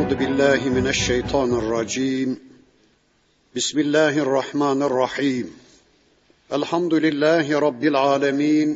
أعوذ بالله من الشيطان الرجيم بسم الله الرحمن الرحيم الحمد لله رب العالمين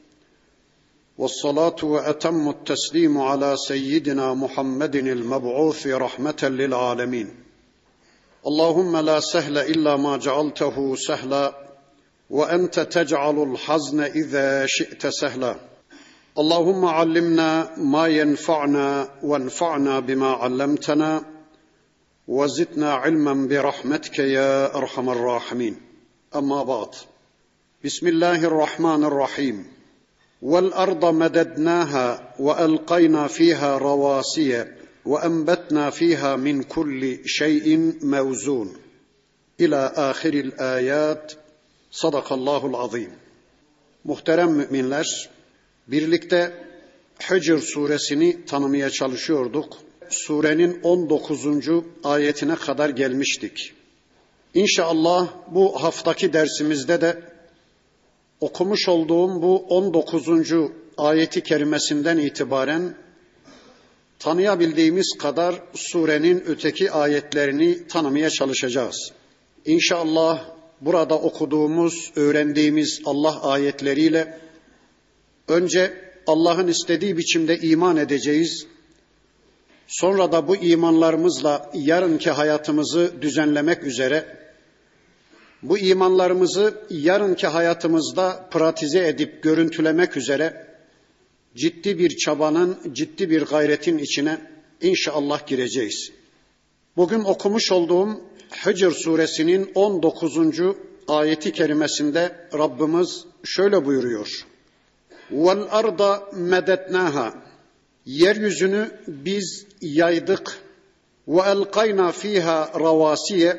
والصلاة وأتم التسليم على سيدنا محمد المبعوث رحمة للعالمين اللهم لا سهل إلا ما جعلته سهلا وأنت تجعل الحزن إذا شئت سهلا اللهم علمنا ما ينفعنا وانفعنا بما علمتنا وزدنا علما برحمتك يا أرحم الراحمين أما بعد بسم الله الرحمن الرحيم والأرض مددناها وألقينا فيها رواسي وأنبتنا فيها من كل شيء موزون إلى آخر الآيات صدق الله العظيم. Muhterem müminler, birlikte Hicr suresini tanımaya çalışıyorduk. Surenin 19. ayetine kadar gelmiştik. İnşallah bu haftaki dersimizde de okumuş olduğum bu 19. ayeti kerimesinden itibaren tanıyabildiğimiz kadar surenin öteki ayetlerini tanımaya çalışacağız. İnşallah burada okuduğumuz, öğrendiğimiz Allah ayetleriyle önce Allah'ın istediği biçimde iman edeceğiz. Sonra da bu imanlarımızla yarınki hayatımızı düzenlemek üzere, bu imanlarımızı yarınki hayatımızda pratize edip görüntülemek üzere ciddi bir çabanın, ciddi bir gayretin içine inşallah gireceğiz. Bugün okumuş olduğum Hicr suresinin 19. ayeti kerimesinde Rabbimiz şöyle buyuruyor. وَالْأَرْضَ مَدَدْنَاهَا Yeryüzünü biz yaydık. وَأَلْقَيْنَا ف۪يهَا رَوَاسِيَ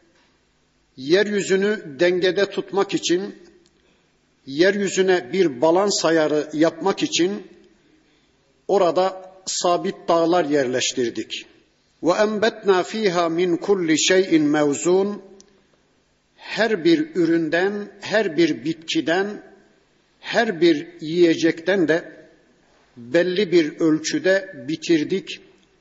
Yeryüzünü dengede tutmak için, yeryüzüne bir balans ayarı yapmak için orada sabit dağlar yerleştirdik. وَاَنْبَتْنَا ف۪يهَا مِنْ كُلِّ شَيْءٍ مَوْزُونَ Her bir üründen, her bir bitkiden, her bir yiyecekten de belli bir ölçüde bitirdik.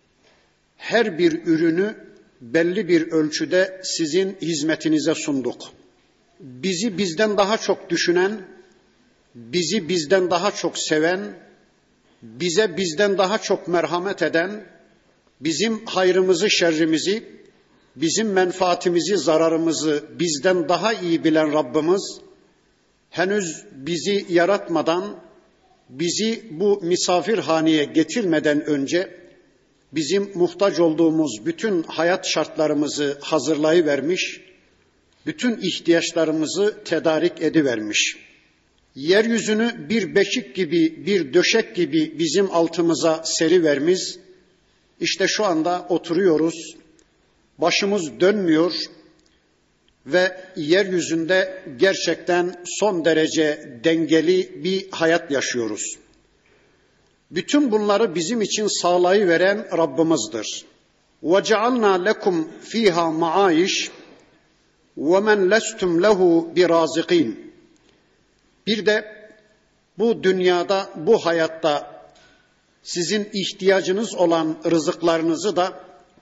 Her bir ürünü belli bir ölçüde sizin hizmetinize sunduk. Bizi bizden daha çok düşünen, bizi bizden daha çok seven, bize bizden daha çok merhamet eden, bizim hayrımızı, şerrimizi, bizim menfaatimizi, zararımızı bizden daha iyi bilen Rabbimiz, henüz bizi yaratmadan, bizi bu misafirhaneye getirmeden önce bizim muhtaç olduğumuz bütün hayat şartlarımızı hazırlayıvermiş, bütün ihtiyaçlarımızı tedarik edivermiş. Yeryüzünü bir beşik gibi, bir döşek gibi bizim altımıza serivermiş. İşte şu anda oturuyoruz, başımız dönmüyor ve yeryüzünde gerçekten son derece dengeli bir hayat yaşıyoruz. Bütün bunları bizim için sağlayıveren Rabbimizdir. وَجَعَلْنَا لَكُمْ ف۪يهَا مَعَايِشْ وَمَنْ لَسْتُمْ لَهُ بِرَازِقِينَ Bir de bu dünyada, bu hayatta sizin ihtiyacınız olan rızıklarınızı da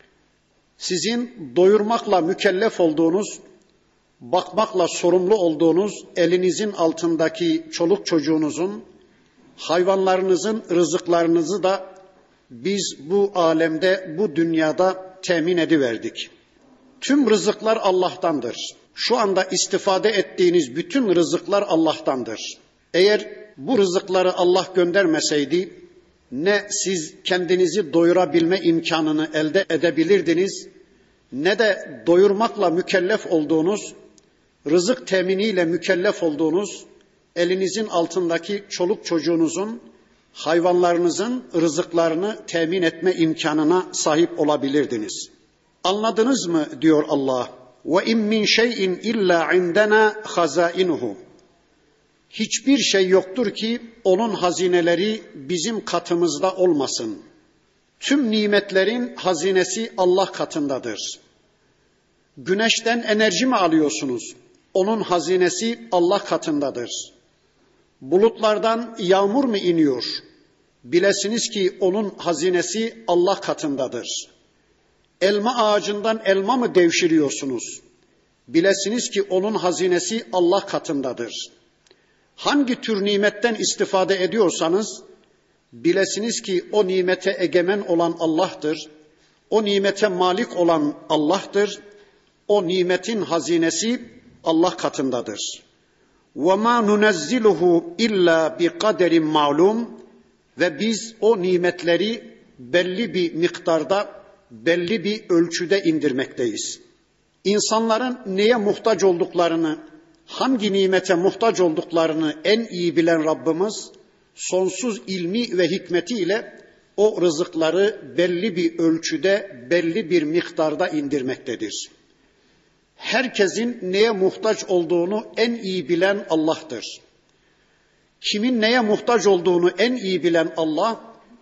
sizin doyurmakla mükellef olduğunuz, bakmakla sorumlu olduğunuz elinizin altındaki çoluk çocuğunuzun, hayvanlarınızın rızıklarınızı da biz bu alemde, bu dünyada temin ediverdik. Tüm rızıklar Allah'tandır. Şu anda istifade ettiğiniz bütün rızıklar Allah'tandır. Eğer bu rızıkları Allah göndermeseydi, ne siz kendinizi doyurabilme imkanını elde edebilirdiniz, ne de doyurmakla mükellef olduğunuz, rızık teminiyle mükellef olduğunuz, elinizin altındaki çoluk çocuğunuzun, hayvanlarınızın rızıklarını temin etme imkanına sahip olabilirdiniz. Anladınız mı diyor Allah? وَاِنْ مِنْ شَيْءٍ اِلَّا عِنْدَنَا خَزَائِنُهُ Hiçbir şey yoktur ki onun hazineleri bizim katımızda olmasın. Tüm nimetlerin hazinesi Allah katındadır. Güneşten enerji mi alıyorsunuz? Onun hazinesi Allah katındadır. Bulutlardan yağmur mu iniyor? Bilesiniz ki onun hazinesi Allah katındadır. elma ağacından elma mı devşiriyorsunuz? Bilesiniz ki onun hazinesi Allah katındadır. Hangi tür nimetten istifade ediyorsanız, bilesiniz ki o nimete egemen olan Allah'tır. O nimete malik olan Allah'tır. O nimetin hazinesi Allah katındadır. وَمَا نُنَزِّلُهُ اِلَّا بِقَدَرٍ مَعْلُومٍ Ve biz o nimetleri belli bir miktarda, belli bir ölçüde indirmekteyiz. İnsanların neye muhtaç olduklarını, hangi nimete muhtaç olduklarını en iyi bilen Rabbimiz, sonsuz ilmi ve hikmetiyle o rızıkları belli bir ölçüde, belli bir miktarda indirmektedir. Herkesin neye muhtaç olduğunu en iyi bilen Allah'tır. Kimin neye muhtaç olduğunu en iyi bilen Allah,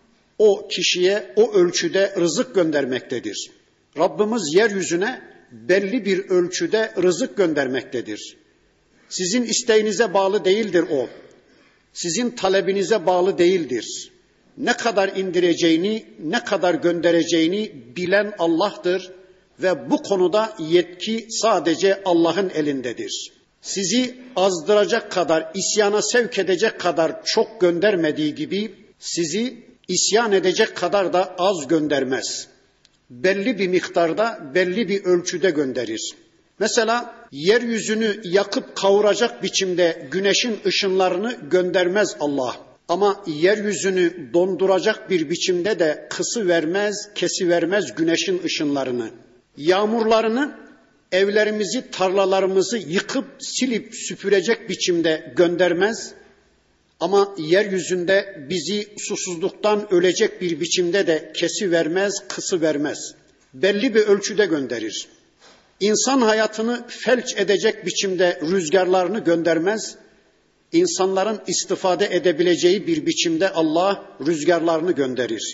o kişiye o ölçüde rızık göndermektedir. Rabbimiz yeryüzüne belli bir ölçüde rızık göndermektedir. Sizin isteğinize bağlı değildir o. Sizin talebinize bağlı değildir. Ne kadar indireceğini, ne kadar göndereceğini bilen Allah'tır ve bu konuda yetki sadece Allah'ın elindedir. Sizi azdıracak kadar, isyana sevk edecek kadar çok göndermediği gibi sizi isyan edecek kadar da az göndermez. Belli bir miktarda, belli bir ölçüde gönderir. Mesela yeryüzünü yakıp kavuracak biçimde güneşin ışınlarını göndermez Allah. Ama yeryüzünü donduracak bir biçimde de kısıvermez, kesivermez güneşin ışınlarını. Yağmurlarını evlerimizi, tarlalarımızı yıkıp silip süpürecek biçimde göndermez. Ama yeryüzünde bizi susuzluktan ölecek bir biçimde de kesivermez, kısıvermez. Belli bir ölçüde gönderir. İnsan hayatını felç edecek biçimde rüzgarlarını göndermez. İnsanların istifade edebileceği bir biçimde Allah rüzgarlarını gönderir.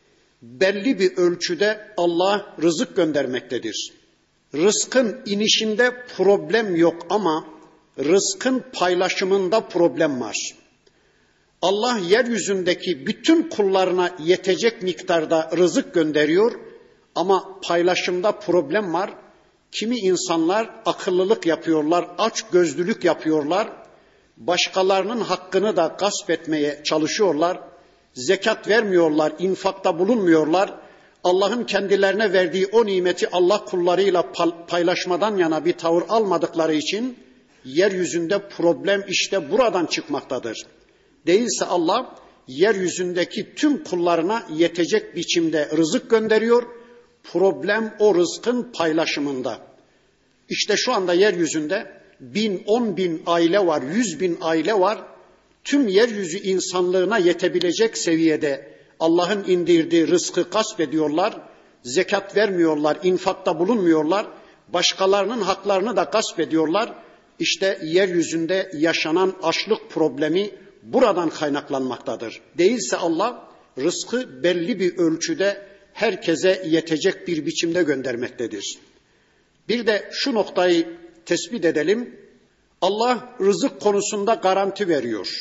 Belli bir ölçüde Allah rızık göndermektedir. Rızkın inişinde problem yok ama rızkın paylaşımında problem var. Allah yeryüzündeki bütün kullarına yetecek miktarda rızık gönderiyor ama paylaşımda problem var. Kimi insanlar akıllılık yapıyorlar, açgözlülük yapıyorlar, başkalarının hakkını da gasp etmeye çalışıyorlar, zekat vermiyorlar, infakta bulunmuyorlar, Allah'ın kendilerine verdiği o nimeti Allah kullarıyla paylaşmadan yana bir tavır almadıkları için yeryüzünde problem işte buradan çıkmaktadır. Değilse Allah yeryüzündeki tüm kullarına yetecek biçimde rızık gönderiyor. Problem o rızkın paylaşımında. İşte şu anda yeryüzünde 1000, 10.000 aile var, 100.000 aile var. Tüm yeryüzü insanlığına yetebilecek seviyede Allah'ın indirdiği rızkı gasp ediyorlar. Zekat vermiyorlar, infakta bulunmuyorlar. Başkalarının haklarını da gasp ediyorlar. İşte yeryüzünde yaşanan açlık problemi buradan kaynaklanmaktadır. Değilse Allah rızkı belli bir ölçüde herkese yetecek bir biçimde göndermektedir. Bir de şu noktayı tespit edelim. Allah rızık konusunda garanti veriyor.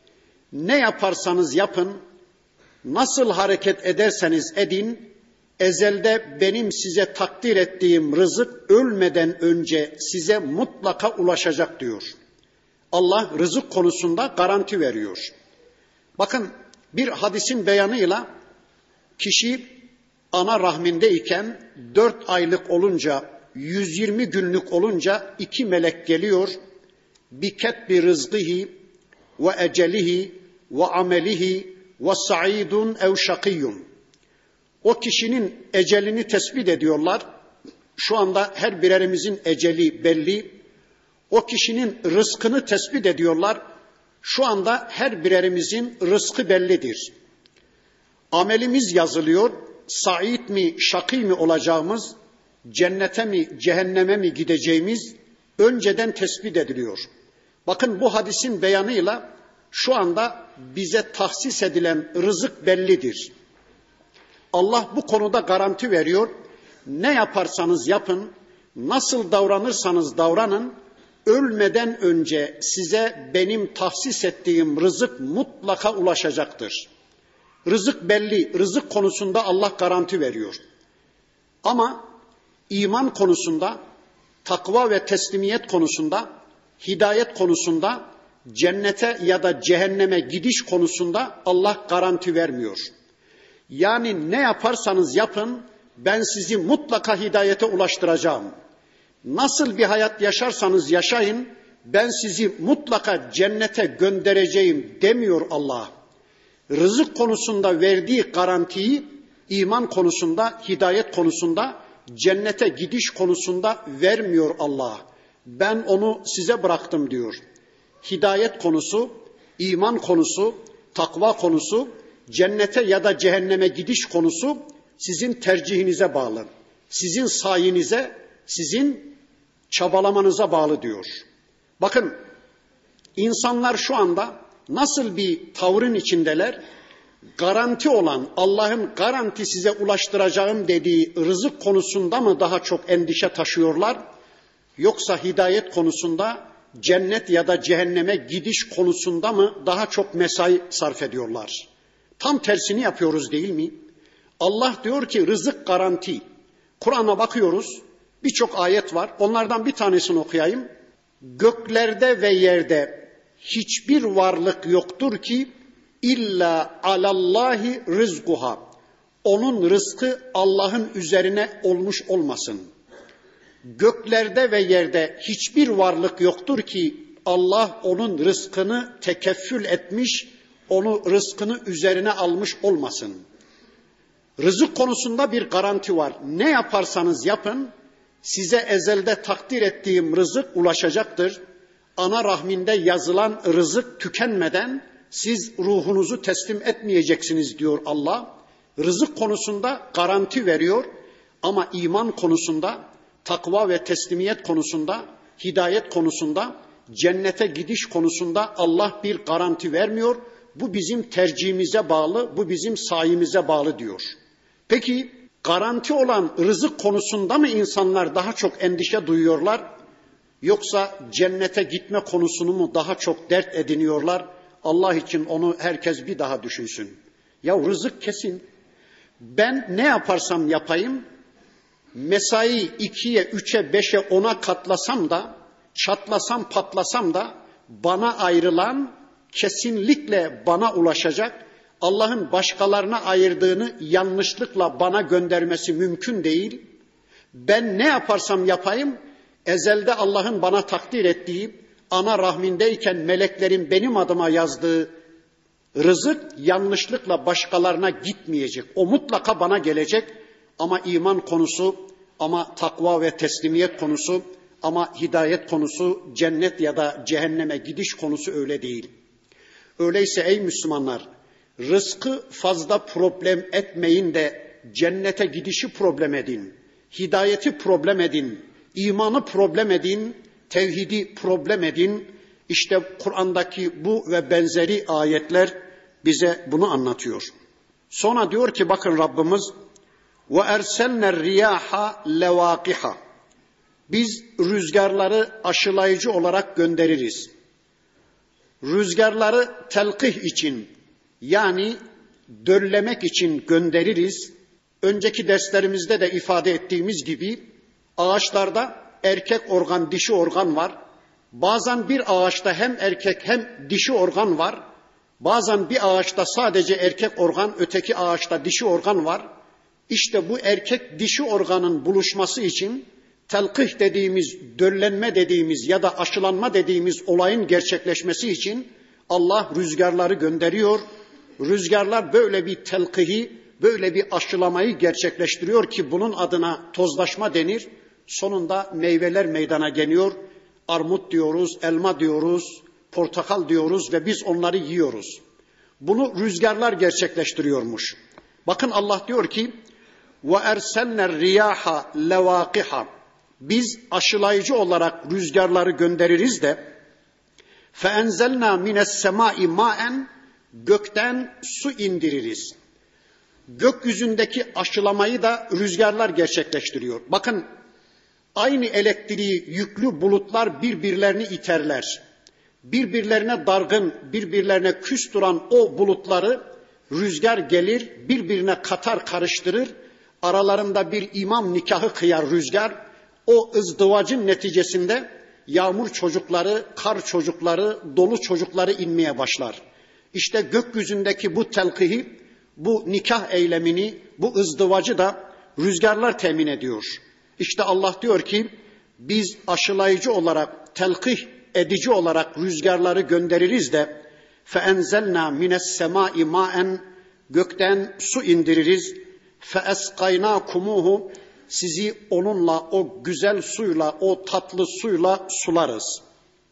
Ne yaparsanız yapın, nasıl hareket ederseniz edin, ezelde benim size takdir ettiğim rızık ölmeden önce size mutlaka ulaşacak diyor. Allah rızık konusunda garanti veriyor. Bakın bir hadisin beyanıyla kişi ana rahmindeyken 4 aylık olunca 120 günlük olunca 2 melek geliyor. Biketbi rızgıhi ve ecelihi ve amelihi ve sa'idun ev şakiyyun. O kişinin ecelini tespit ediyorlar. Şu anda her birerimizin eceli belli. O kişinin rızkını tespit ediyorlar. Şu anda her birerimizin rızkı bellidir. Amelimiz yazılıyor. Said mi, şakî mi olacağımız, cennete mi, cehenneme mi gideceğimiz önceden tespit ediliyor. Bakın bu hadisin beyanıyla şu anda bize tahsis edilen rızık bellidir. Allah bu konuda garanti veriyor. Ne yaparsanız yapın, nasıl davranırsanız davranın, ölmeden önce size benim tahsis ettiğim rızık mutlaka ulaşacaktır. Rızık belli, rızık konusunda Allah garanti veriyor. Ama iman konusunda, takva ve teslimiyet konusunda, hidayet konusunda, cennete ya da cehenneme gidiş konusunda Allah garanti vermiyor. Yani ne yaparsanız yapın, ben sizi mutlaka hidayete ulaştıracağım. Nasıl bir hayat yaşarsanız yaşayın, ben sizi mutlaka cennete göndereceğim demiyor Allah. Rızık konusunda verdiği garantiyi iman konusunda, hidayet konusunda, cennete gidiş konusunda vermiyor Allah. Ben onu size bıraktım diyor. Hidayet konusu, iman konusu, takva konusu, cennete ya da cehenneme gidiş konusu sizin tercihinize bağlı. Sizin sayenize, sizin çabalamanıza bağlı diyor. Bakın, insanlar şu anda nasıl bir tavrın içindeler? Garanti olan, Allah'ın garanti size ulaştıracağım dediği rızık konusunda mı daha çok endişe taşıyorlar? Yoksa hidayet konusunda, cennet ya da cehenneme gidiş konusunda mı daha çok mesai sarf ediyorlar? Tam tersini yapıyoruz değil mi? Allah diyor ki rızık garanti. Kur'an'a bakıyoruz, birçok ayet var. Onlardan bir tanesini okuyayım. Göklerde ve yerde hiçbir varlık yoktur ki illa alallahi rızkuha. Onun rızkı Allah'ın üzerine olmuş olmasın. Göklerde ve yerde hiçbir varlık yoktur ki Allah onun rızkını tekeffül etmiş, onu rızkını üzerine almış olmasın. Rızık konusunda bir garanti var. Ne yaparsanız yapın, size ezelde takdir ettiğim rızık ulaşacaktır. Ana rahminde yazılan rızık tükenmeden siz ruhunuzu teslim etmeyeceksiniz diyor Allah. Rızık konusunda garanti veriyor ama iman konusunda, takva ve teslimiyet konusunda, hidayet konusunda, cennete gidiş konusunda Allah bir garanti vermiyor. Bu bizim tercihimize bağlı, bu bizim sayimize bağlı diyor. Peki garanti olan rızık konusunda mı insanlar daha çok endişe duyuyorlar? Yoksa cennete gitme konusunu mu daha çok dert ediniyorlar? Allah için onu herkes bir daha düşünsün. Ya rızık kesin. Ben ne yaparsam yapayım, mesai 2'ye, 3'e, 5'e, 10'a katlasam da, çatlasam, patlasam da bana ayrılan kesinlikle bana ulaşacak. Allah'ın başkalarına ayırdığını yanlışlıkla bana göndermesi mümkün değil. Ben ne yaparsam yapayım, ezelde Allah'ın bana takdir ettiği, ana rahmindeyken meleklerin benim adıma yazdığı rızık yanlışlıkla başkalarına gitmeyecek. O mutlaka bana gelecek. Ama iman konusu, ama takva ve teslimiyet konusu, ama hidayet konusu, cennet ya da cehenneme gidiş konusu öyle değil. Öyleyse ey Müslümanlar, rızkı fazla problem etmeyin de cennete gidişi problem edin. Hidayeti problem edin. İmanı problem edin. Tevhidi problem edin. İşte Kur'an'daki bu ve benzeri ayetler bize bunu anlatıyor. Sonra diyor ki bakın Rabbimiz وَاَرْسَلْنَا الرِّيَاحَ لَوَاقِحَ. Biz rüzgarları aşılayıcı olarak göndeririz. Rüzgarları telkih için yani döllemek için göndeririz. Önceki derslerimizde de ifade ettiğimiz gibi ağaçlarda erkek organ, dişi organ var. Bazen bir ağaçta hem erkek hem dişi organ var. Bazen bir ağaçta sadece erkek organ, öteki ağaçta dişi organ var. İşte bu erkek dişi organın buluşması için telkih dediğimiz, döllenme dediğimiz ya da aşılanma dediğimiz olayın gerçekleşmesi için Allah rüzgarları gönderiyor. Rüzgarlar böyle bir telkihi, böyle bir aşılamayı gerçekleştiriyor ki bunun adına tozlaşma denir. Sonunda meyveler meydana geliyor. Armut diyoruz, elma diyoruz, portakal diyoruz ve biz onları yiyoruz. Bunu rüzgarlar gerçekleştiriyormuş. Bakın Allah diyor ki وَاَرْسَلْنَا الرِّيَاحَ لَوَاقِحَ. Biz aşılayıcı olarak rüzgarları göndeririz de فَاَنْزَلْنَا مِنَ السَّمَاءِ مَاءً. Gökten su indiririz. Gökyüzündeki aşılamayı da rüzgarlar gerçekleştiriyor. Bakın aynı elektriği yüklü bulutlar birbirlerini iterler. Birbirlerine dargın, birbirlerine küs duran o bulutları rüzgar gelir, birbirine katar karıştırır. aralarında bir imam nikahı kıyar rüzgar, o ızdivacın neticesinde yağmur çocukları, kar çocukları, dolu çocukları inmeye başlar. İşte gökyüzündeki bu telkihi, bu nikah eylemini, bu ızdivacı da rüzgarlar temin ediyor. İşte Allah diyor ki biz aşılayıcı olarak, telkih edici olarak rüzgarları göndeririz de فَاَنْزَلْنَا مِنَ السَّمَاءِ مَاءً gökten su indiririz. فَاَسْقَيْنَاكُمُوهُ sizi onunla, o güzel suyla, o tatlı suyla sularız.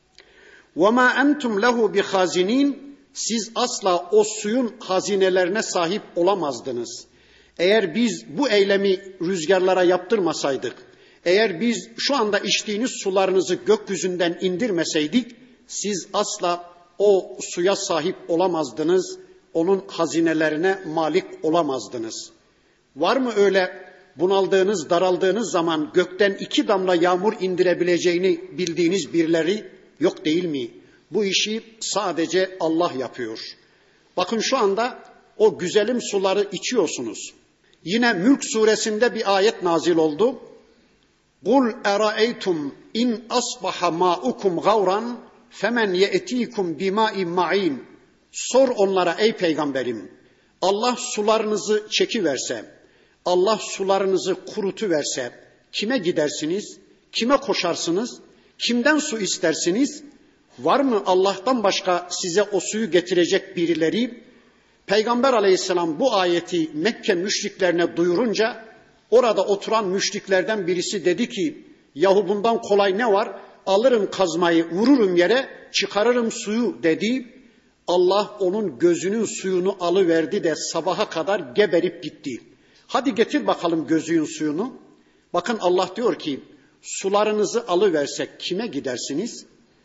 وَمَا أَنْتُمْ لَهُ بِخَازِنِينَ siz asla o suyun hazinelerine sahip olamazdınız. Eğer biz bu eylemi rüzgarlara yaptırmasaydık, eğer biz şu anda içtiğiniz sularınızı gökyüzünden indirmeseydik, siz asla o suya sahip olamazdınız, onun hazinelerine malik olamazdınız. Var mı öyle bunaldığınız, daraldığınız zaman gökten 2 damla yağmur indirebileceğini bildiğiniz birileri yok değil mi? Bu işi sadece Allah yapıyor. Bakın şu anda o güzelim suları içiyorsunuz. Yine Mülk suresinde bir ayet nazil oldu. قُلْ اَرَأَيْتُمْ اِنْ أَصْبَحَ مَاءُكُمْ غَوْرًا فَمَنْ يَأْتِيكُمْ بِمَاءٍ مَعِينٍ Sor onlara ey peygamberim, Allah sularınızı çekiverse, Allah sularınızı kurutuverse kime gidersiniz, kime koşarsınız, kimden su istersiniz? Var mı Allah'tan başka size o suyu getirecek birileri? Peygamber aleyhisselam bu ayeti Mekke müşriklerine duyurunca orada oturan müşriklerden birisi dedi ki yahu bundan kolay ne var? Alırım kazmayı, vururum yere, çıkarırım suyu dedi. Allah onun gözünün suyunu alıverdi de sabaha kadar geberip gitti. Hadi getir bakalım gözünün suyunu. Bakın Allah diyor ki sularınızı alıversek kime gidersiniz?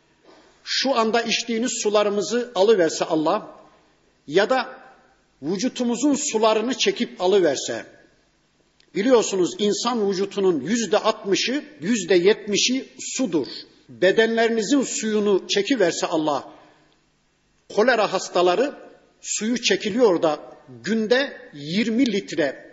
Şu anda içtiğiniz sularımızı alıverse Allah ya da vücutumuzun sularını çekip alıverse, biliyorsunuz insan vücutunun %60'ı, %70'i sudur. Bedenlerinizin suyunu çekiverse Allah, kolera hastaları suyu çekiliyor da günde 20 litre,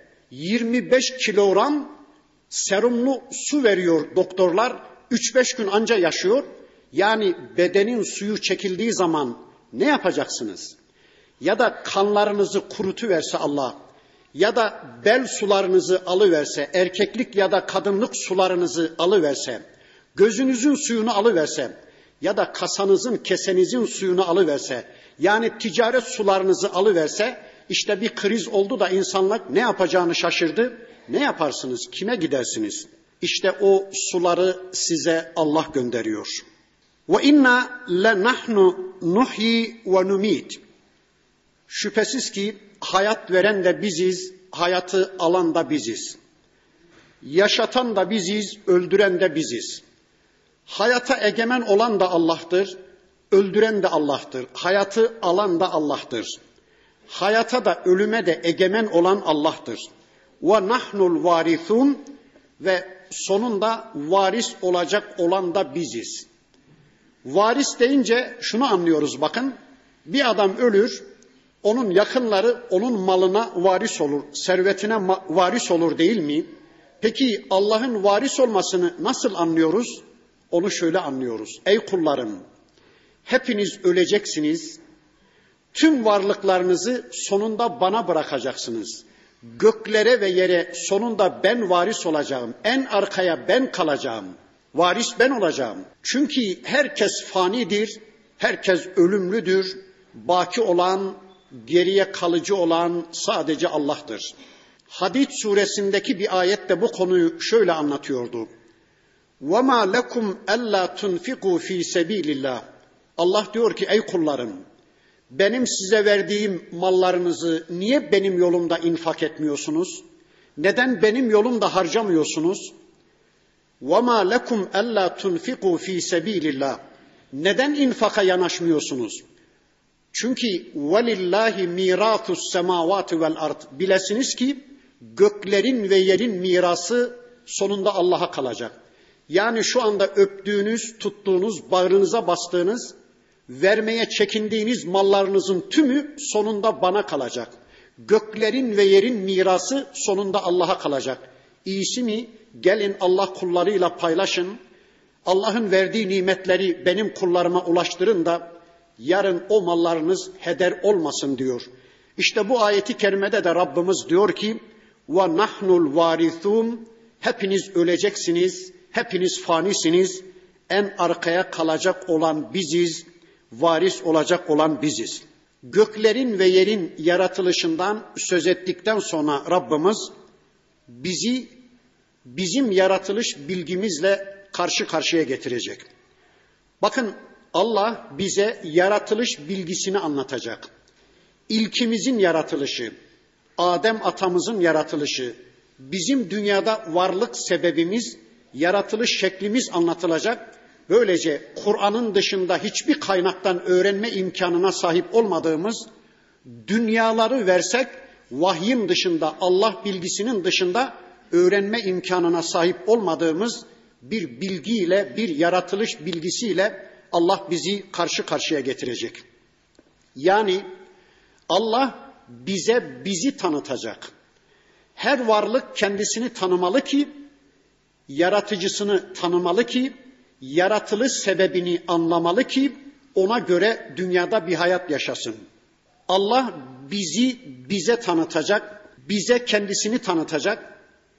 25 kilogram serumlu su veriyor doktorlar. 3-5 gün anca yaşıyor. Yani bedenin suyu çekildiği zaman ne yapacaksınız? Ya da kanlarınızı kurutuverse Allah, ya da bel sularınızı alıverse, erkeklik ya da kadınlık sularınızı alıverse, gözünüzün suyunu alıverse, ya da kasanızın, kesenizin suyunu alıverse, yani ticaret sularınızı alıverse, işte bir kriz oldu da insanlar ne yapacağını şaşırdı. Ne yaparsınız? Kime gidersiniz? İşte o suları size Allah gönderiyor. Ve inna lenahnu nuhyi ve numit. Şüphesiz ki hayat veren de biziz, hayatı alan da biziz. Yaşatan da biziz, öldüren de biziz. Hayata egemen olan da Allah'tır, öldüren de Allah'tır. Hayatı alan da Allah'tır. Hayata da ölüme de egemen olan Allah'tır. Ve nahnul varithun ve sonunda varis olacak olan da biziz. Varis deyince şunu anlıyoruz bakın. Bir adam ölür, onun yakınları onun malına varis olur, servetine varis olur değil mi? Peki Allah'ın varis olmasını nasıl anlıyoruz? Onu şöyle anlıyoruz. Ey kullarım, hepiniz öleceksiniz. Tüm varlıklarınızı sonunda bana bırakacaksınız. Göklere ve yere sonunda ben varis olacağım. En arkaya ben kalacağım. Varis ben olacağım. Çünkü herkes fanidir, herkes ölümlüdür. Baki olan, geriye kalıcı olan sadece Allah'tır. Hadid suresindeki bir ayette bu konuyu şöyle anlatıyordu. وَمَا لَكُمْ أَلَّا تُنْفِقُوا ف۪ي سَب۪يلِ اللّٰهِ Allah diyor ki ey kullarım, benim size verdiğim mallarınızı niye benim yolumda infak etmiyorsunuz? Neden benim yolumda harcamıyorsunuz? وَمَا لَكُمْ أَلَّا تُنْفِقُوا ف۪ي سَب۪يلِ اللّٰهِ Neden infaka yanaşmıyorsunuz? Çünkü وَلِلَّهِ مِيرَاثُ السَّمَاوَاتِ وَالْاَرْضِ Bilesiniz ki göklerin ve yerin mirası sonunda Allah'a kalacak. Yani şu anda öptüğünüz, tuttuğunuz, bağrınıza bastığınız, vermeye çekindiğiniz mallarınızın tümü sonunda bana kalacak. Göklerin ve yerin mirası sonunda Allah'a kalacak. İyisi mi? Gelin Allah kullarıyla paylaşın. Allah'ın verdiği nimetleri benim kullarıma ulaştırın da yarın o mallarınız heder olmasın diyor. İşte bu ayeti kerimede de Rabbimiz diyor ki ve nahnul varithun, hepiniz öleceksiniz, hepiniz fanisiniz, en arkaya kalacak olan biziz, varis olacak olan biziz. Göklerin ve yerin yaratılışından söz ettikten sonra Rabbimiz bizi bizim yaratılış bilgimizle karşı karşıya getirecek. Bakın Allah bize yaratılış bilgisini anlatacak. İlkimizin yaratılışı, Adem atamızın yaratılışı, bizim dünyada varlık sebebimiz, yaratılış şeklimiz anlatılacak. Böylece Kur'an'ın dışında hiçbir kaynaktan öğrenme imkanına sahip olmadığımız dünyaları versek vahyin dışında, Allah bilgisinin dışında öğrenme imkanına sahip olmadığımız bir bilgiyle, bir yaratılış bilgisiyle Allah bizi karşı karşıya getirecek. Yani Allah bizi tanıtacak. Her varlık kendisini tanımalı ki, yaratıcısını tanımalı ki, yaratılış sebebini anlamalı ki ona göre dünyada bir hayat yaşasın. Allah bize tanıtacak, bize kendisini tanıtacak,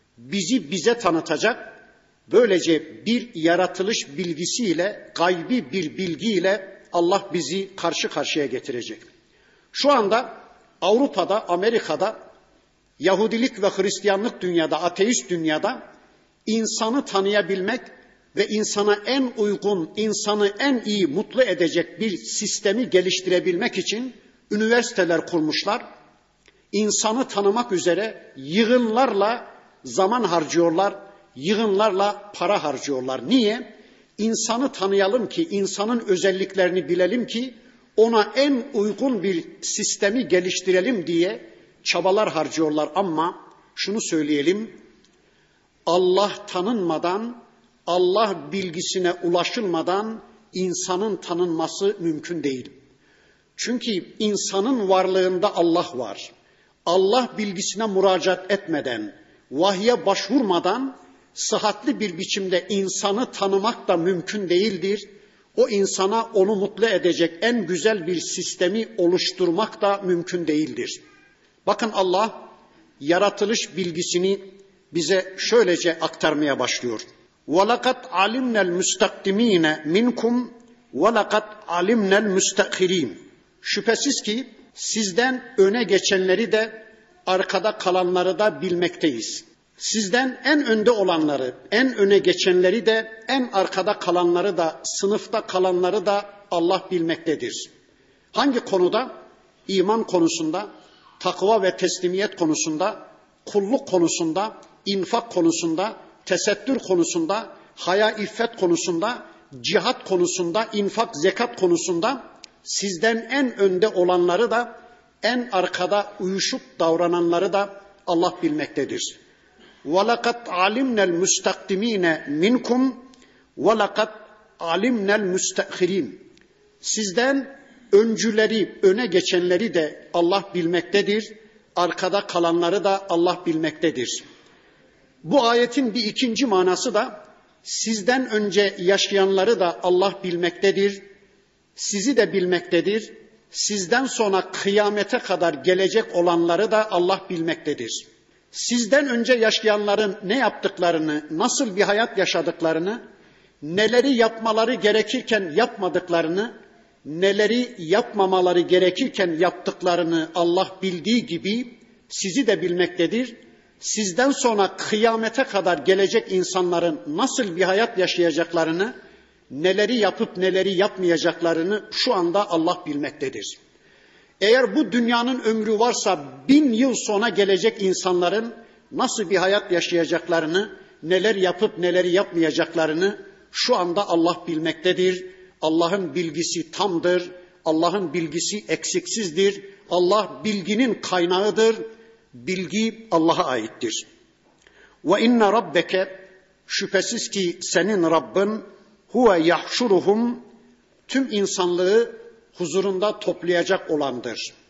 bize tanıtacak. Böylece bir yaratılış bilgisiyle, gaybi bir bilgiyle Allah bizi karşı karşıya getirecek. Şu anda Avrupa'da, Amerika'da, Yahudilik ve Hristiyanlık dünyada, ateist dünyada insanı tanıyabilmek ve insana en uygun, insanı en iyi mutlu edecek bir sistemi geliştirebilmek için üniversiteler kurmuşlar. İnsanı tanımak üzere yığınlarla zaman harcıyorlar, yığınlarla para harcıyorlar. Niye? İnsanı tanıyalım ki, insanın özelliklerini bilelim ki ona en uygun bir sistemi geliştirelim diye çabalar harcıyorlar. Ama şunu söyleyelim, Allah tanınmadan, Allah bilgisine ulaşılmadan insanın tanınması mümkün değil. Çünkü insanın varlığında Allah var. Allah bilgisine müracaat etmeden, vahye başvurmadan sıhhatli bir biçimde insanı tanımak da mümkün değildir. O insana onu mutlu edecek en güzel bir sistemi oluşturmak da mümkün değildir. Bakın Allah yaratılış bilgisini bize şöylece aktarmaya başlıyor. وَلَقَدْ عَلِمْنَا الْمُسْتَقْدِم۪ينَ مِنْكُمْ وَلَقَدْ عَلِمْنَا الْمُسْتَأْخِر۪ينَ. Şüphesiz ki sizden öne geçenleri de arkada kalanları da bilmekteyiz. Sizden en önde olanları, en öne geçenleri de, en arkada kalanları da, sınıfta kalanları da Allah bilmektedir. Hangi konuda? İman konusunda, takva ve teslimiyet konusunda, kulluk konusunda, infak konusunda, tesettür konusunda, haya iffet konusunda, cihat konusunda, infak zekat konusunda sizden en önde olanları da, en arkada uyuşup davrananları da Allah bilmektedir. وَلَقَدْ عَلِمْنَا الْمُسْتَقْدِم۪ينَ مِنْكُمْ وَلَقَدْ عَلِمْنَا الْمُسْتَأْخِر۪ينَ. Sizden öncüleri, öne geçenleri de Allah bilmektedir. Arkada kalanları da Allah bilmektedir. Bu ayetin bir ikinci manası da sizden önce yaşayanları da Allah bilmektedir. Sizi de bilmektedir. Sizden sonra kıyamete kadar gelecek olanları da Allah bilmektedir. Sizden önce yaşayanların ne yaptıklarını, nasıl bir hayat yaşadıklarını, neleri yapmaları gerekirken yapmadıklarını, neleri yapmamaları gerekirken yaptıklarını Allah bildiği gibi sizi de bilmektedir. Sizden sonra kıyamete kadar gelecek insanların nasıl bir hayat yaşayacaklarını, neleri yapıp neleri yapmayacaklarını şu anda Allah bilmektedir. Eğer bu dünyanın ömrü varsa 1000 yıl sonra gelecek insanların nasıl bir hayat yaşayacaklarını, neler yapıp neleri yapmayacaklarını şu anda Allah bilmektedir. Allah'ın bilgisi tamdır, Allah'ın bilgisi eksiksizdir. Allah bilginin kaynağıdır. Bilgi Allah'a aittir. Ve inne rabbeke, şüphesiz ki senin Rabbin huve yahşuruhum, tüm insanlığı huzurunda toplayacak olandır.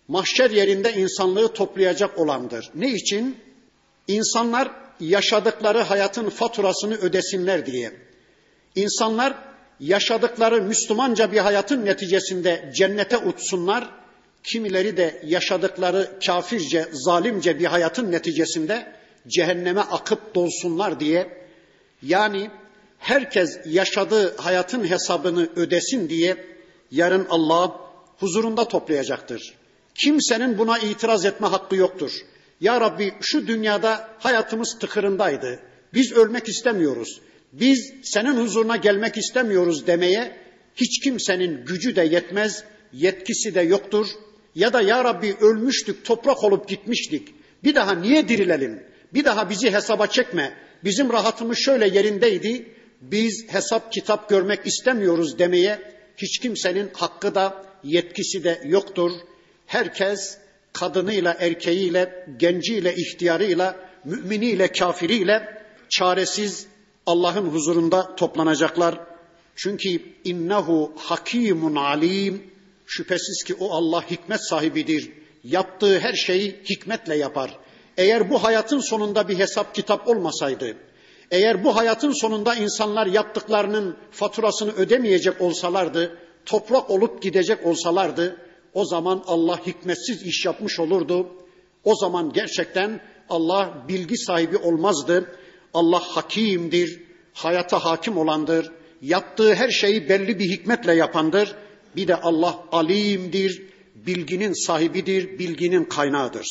mahşer yerinde insanlığı toplayacak olandır. Ne için? İnsanlar yaşadıkları hayatın faturasını ödesinler diye. İnsanlar yaşadıkları Müslümanca bir hayatın neticesinde cennete uçsunlar. Kimileri de yaşadıkları kafirce, zalimce bir hayatın neticesinde cehenneme akıp dolsunlar diye. Yani herkes yaşadığı hayatın hesabını ödesin diye yarın Allah huzurunda toplayacaktır. Kimsenin buna itiraz etme hakkı yoktur. Ya Rabbi, şu dünyada hayatımız tıkırındaydı. Biz ölmek istemiyoruz. Biz senin huzuruna gelmek istemiyoruz demeye hiç kimsenin gücü de yetmez, yetkisi de yoktur. Ya da ya Rabbi ölmüştük, toprak olup gitmiştik. Bir daha niye dirilelim? Bir daha bizi hesaba çekme. Bizim rahatımız şöyle yerindeydi. Biz hesap kitap görmek istemiyoruz demeye hiç kimsenin hakkı da yetkisi de yoktur. Herkes kadınıyla, erkeğiyle, genciyle, ihtiyarıyla, müminiyle, kafiriyle çaresiz Allah'ın huzurunda toplanacaklar. Çünkü innehu hakimun alim. Şüphesiz ki o Allah hikmet sahibidir. Yaptığı her şeyi hikmetle yapar. Eğer bu hayatın sonunda bir hesap kitap olmasaydı, eğer bu hayatın sonunda insanlar yaptıklarının faturasını ödemeyecek olsalardı, toprak olup gidecek olsalardı, o zaman Allah hikmetsiz iş yapmış olurdu. O zaman gerçekten Allah bilgi sahibi olmazdı. Allah hakimdir, hayata hakim olandır. Yaptığı her şeyi belli bir hikmetle yapandır. Bir de Allah alimdir, bilginin sahibidir, bilginin kaynağıdır.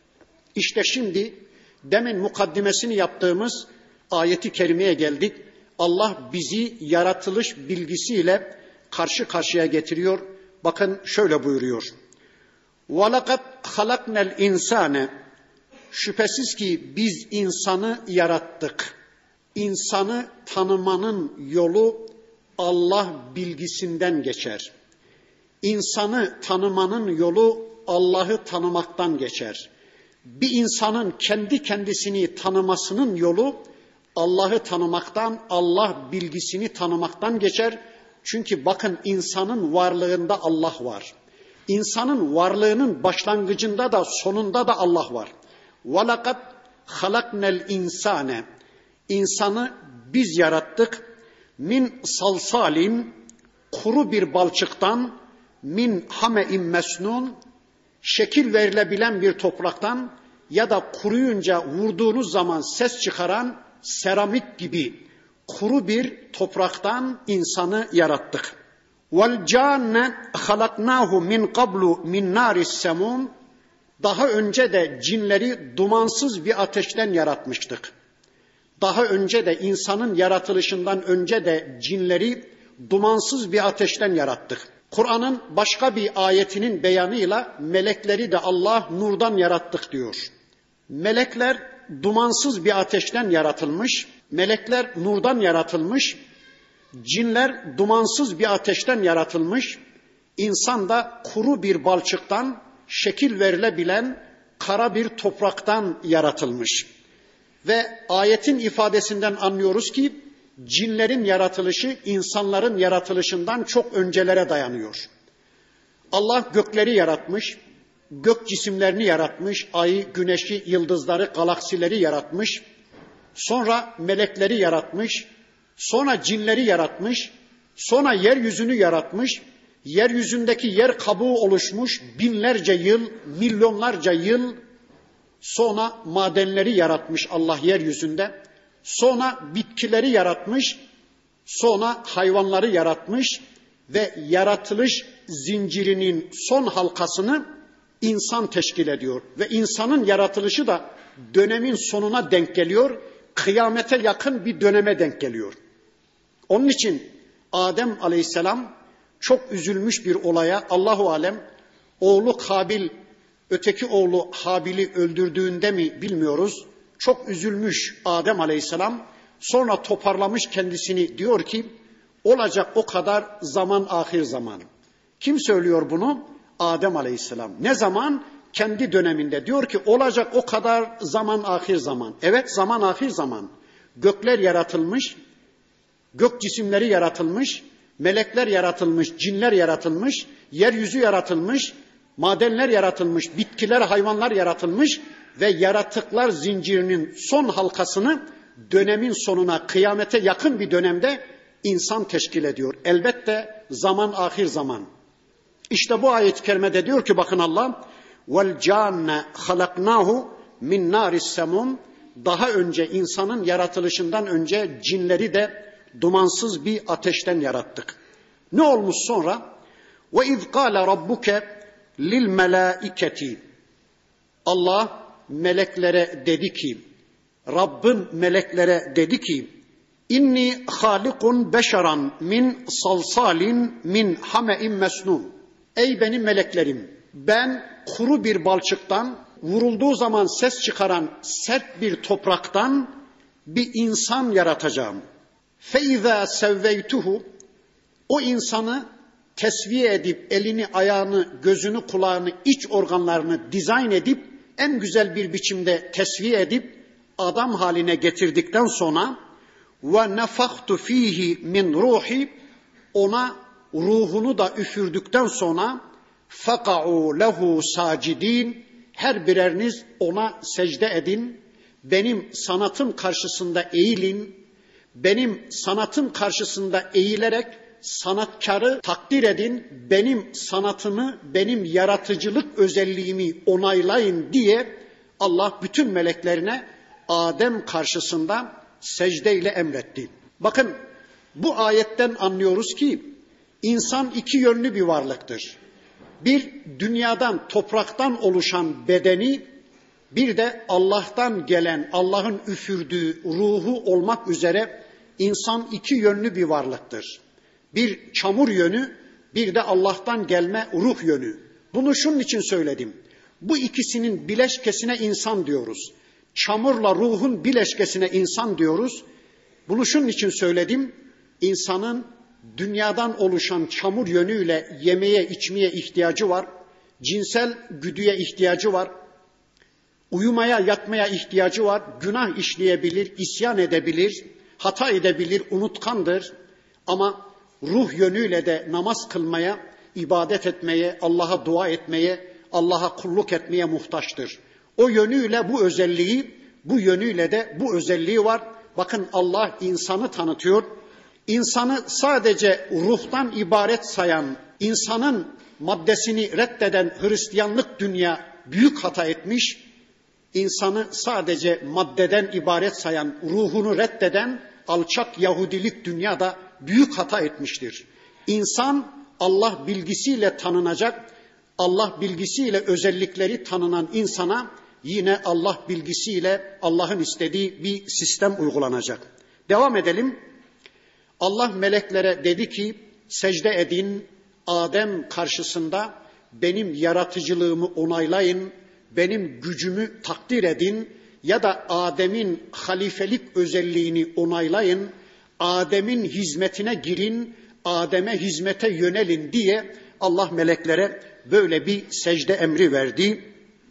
İşte şimdi demin mukaddimesini yaptığımız ayeti kerimeye geldik. Allah bizi yaratılış bilgisiyle karşı karşıya getiriyor. Bakın şöyle buyuruyor. وَلَقَدْ خَلَقْنَا الْاِنْسَانَ Şüphesiz ki biz insanı yarattık. İnsanı tanımanın yolu Allah bilgisinden geçer. İnsanı tanımanın yolu Allah'ı tanımaktan geçer. Bir insanın kendi kendisini tanımasının yolu Allah'ı tanımaktan, Allah bilgisini tanımaktan geçer. Çünkü bakın insanın varlığında Allah var. İnsanın varlığının başlangıcında da sonunda da Allah var. وَلَقَدْ خَلَقْنَا الْاِنْسَانَ İnsanı biz yarattık. Min salsalin kuru bir balçıktan, min hame-in mesnun şekil verilebilen bir topraktan ya da kuruyunca vurduğunuz zaman ses çıkaran seramik gibi kuru bir topraktan insanı yarattık. Vel canne halaknahu min qablu min naris semun Daha önce de cinleri dumansız bir ateşten yaratmıştık. Daha önce de insanın yaratılışından önce de cinleri dumansız bir ateşten yarattık. Kur'an'ın başka bir ayetinin beyanıyla melekleri de Allah nurdan yarattık diyor. Melekler dumansız bir ateşten yaratılmış, melekler nurdan yaratılmış, cinler dumansız bir ateşten yaratılmış, insan da kuru bir balçıktan, şekil verilebilen kara bir topraktan yaratılmış. Ve ayetin ifadesinden anlıyoruz ki cinlerin yaratılışı insanların yaratılışından çok öncelere dayanıyor. Allah gökleri yaratmış, gök cisimlerini yaratmış, ayı, güneşi, yıldızları, galaksileri yaratmış. Sonra melekleri yaratmış, sonra cinleri yaratmış, sonra yeryüzünü yaratmış. Yeryüzündeki yer kabuğu oluşmuş binlerce yıl, milyonlarca yıl. Sonra madenleri yaratmış Allah yeryüzünde. Sonra bitkileri yaratmış, sonra hayvanları yaratmış ve yaratılış zincirinin son halkasını insan teşkil ediyor. Ve insanın yaratılışı da dönemin sonuna denk geliyor, kıyamete yakın bir döneme denk geliyor. Onun için Adem Aleyhisselam çok üzülmüş bir olaya, Allahu alem oğlu Kabil öteki oğlu Habil'i öldürdüğünde mi bilmiyoruz. Çok üzülmüş Adem Aleyhisselam. Sonra toparlamış kendisini, diyor ki olacak o kadar zaman ahir zaman. Kim söylüyor bunu? Adem Aleyhisselam. Ne zaman? Kendi döneminde. Diyor ki olacak o kadar zaman ahir zaman. Evet, zaman ahir zaman. Gökler yaratılmış, gök cisimleri yaratılmış, melekler yaratılmış, cinler yaratılmış, yeryüzü yaratılmış, madenler yaratılmış, bitkiler, hayvanlar yaratılmış ve yaratıklar zincirinin son halkasını dönemin sonuna, kıyamete yakın bir dönemde insan teşkil ediyor. Elbette zaman ahir zaman. İşte bu ayet-i kerimede diyor ki bakın Allah, وَالْجَانَّ خَلَقْنَاهُ مِنْ نَارِ السَّمُومِ. Daha önce insanın yaratılışından önce cinleri de dumansız bir ateşten yarattık. Ne olmuş sonra? وَاِذْ قَالَ رَبُّكَ لِلْمَلَائِكَةِ. Allah meleklere dedi ki, Rabbin meleklere dedi ki, İnni halikun beşeran min salsalin min hame'in mesnun. Ey benim meleklerim, ben kuru bir balçıktan, vurulduğu zaman ses çıkaran sert bir topraktan bir insan yaratacağım. فَاِذَا سَوَّيْتُهُ. O insanı tesviye edip, elini, ayağını, gözünü, kulağını, iç organlarını dizayn edip, en güzel bir biçimde tesviye edip, adam haline getirdikten sonra وَنَفَخْتُ ف۪يهِ min ruhi. Ona ruhunu da üfürdükten sonra فَقَعُوا لَهُ سَاجِد۪ينَ. Her bireriniz ona secde edin. Benim sanatım karşısında eğilin. Benim sanatım karşısında eğilerek sanatkarı takdir edin. Benim sanatımı, benim yaratıcılık özelliğimi onaylayın diye Allah bütün meleklerine Adem karşısında secdeyle emretti. Bakın bu ayetten anlıyoruz ki insan iki yönlü bir varlıktır. Bir, dünyadan, topraktan oluşan bedeni, bir de Allah'tan gelen, Allah'ın üfürdüğü ruhu olmak üzere insan iki yönlü bir varlıktır. Bir çamur yönü, bir de Allah'tan gelme ruh yönü. Bunu şunun için söyledim. Bu ikisinin bileşkesine insan diyoruz. Çamurla ruhun bileşkesine insan diyoruz. Bunu şunun için söyledim. İnsanın dünyadan oluşan çamur yönüyle yemeye, içmeye ihtiyacı var. Cinsel güdüye ihtiyacı var. Uyumaya, yatmaya ihtiyacı var. Günah işleyebilir, isyan edebilir, hata edebilir, unutkandır. Ama ruh yönüyle de namaz kılmaya, ibadet etmeye, Allah'a dua etmeye, Allah'a kulluk etmeye muhtaçtır. O yönüyle bu özelliği, bu yönüyle de bu özelliği var. Bakın Allah insanı tanıtıyor. İnsanı sadece ruhtan ibaret sayan, insanın maddesini reddeden Hristiyanlık dünya büyük hata etmiş. İnsanı sadece maddeden ibaret sayan, ruhunu reddeden alçak Yahudilik dünya da büyük hata etmiştir. İnsan Allah bilgisiyle tanınacak, Allah bilgisiyle özellikleri tanınan insana yine Allah bilgisiyle Allah'ın istediği bir sistem uygulanacak. Devam edelim. Allah meleklere dedi ki secde edin, Adem karşısında benim yaratıcılığımı onaylayın, benim gücümü takdir edin ya da Adem'in halifelik özelliğini onaylayın, Adem'in hizmetine girin, Adem'e hizmete yönelin diye Allah meleklere böyle bir secde emri verdi.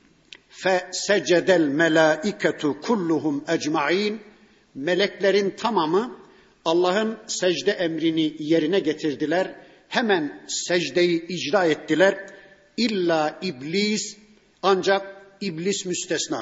فَسَجَدَ الْمَلَائِكَةُ كُلُّهُمْ اَجْمَعِينَ. Meleklerin tamamı Allah'ın secde emrini yerine getirdiler. Hemen secdeyi icra ettiler. İlla iblis, ancak iblis müstesna.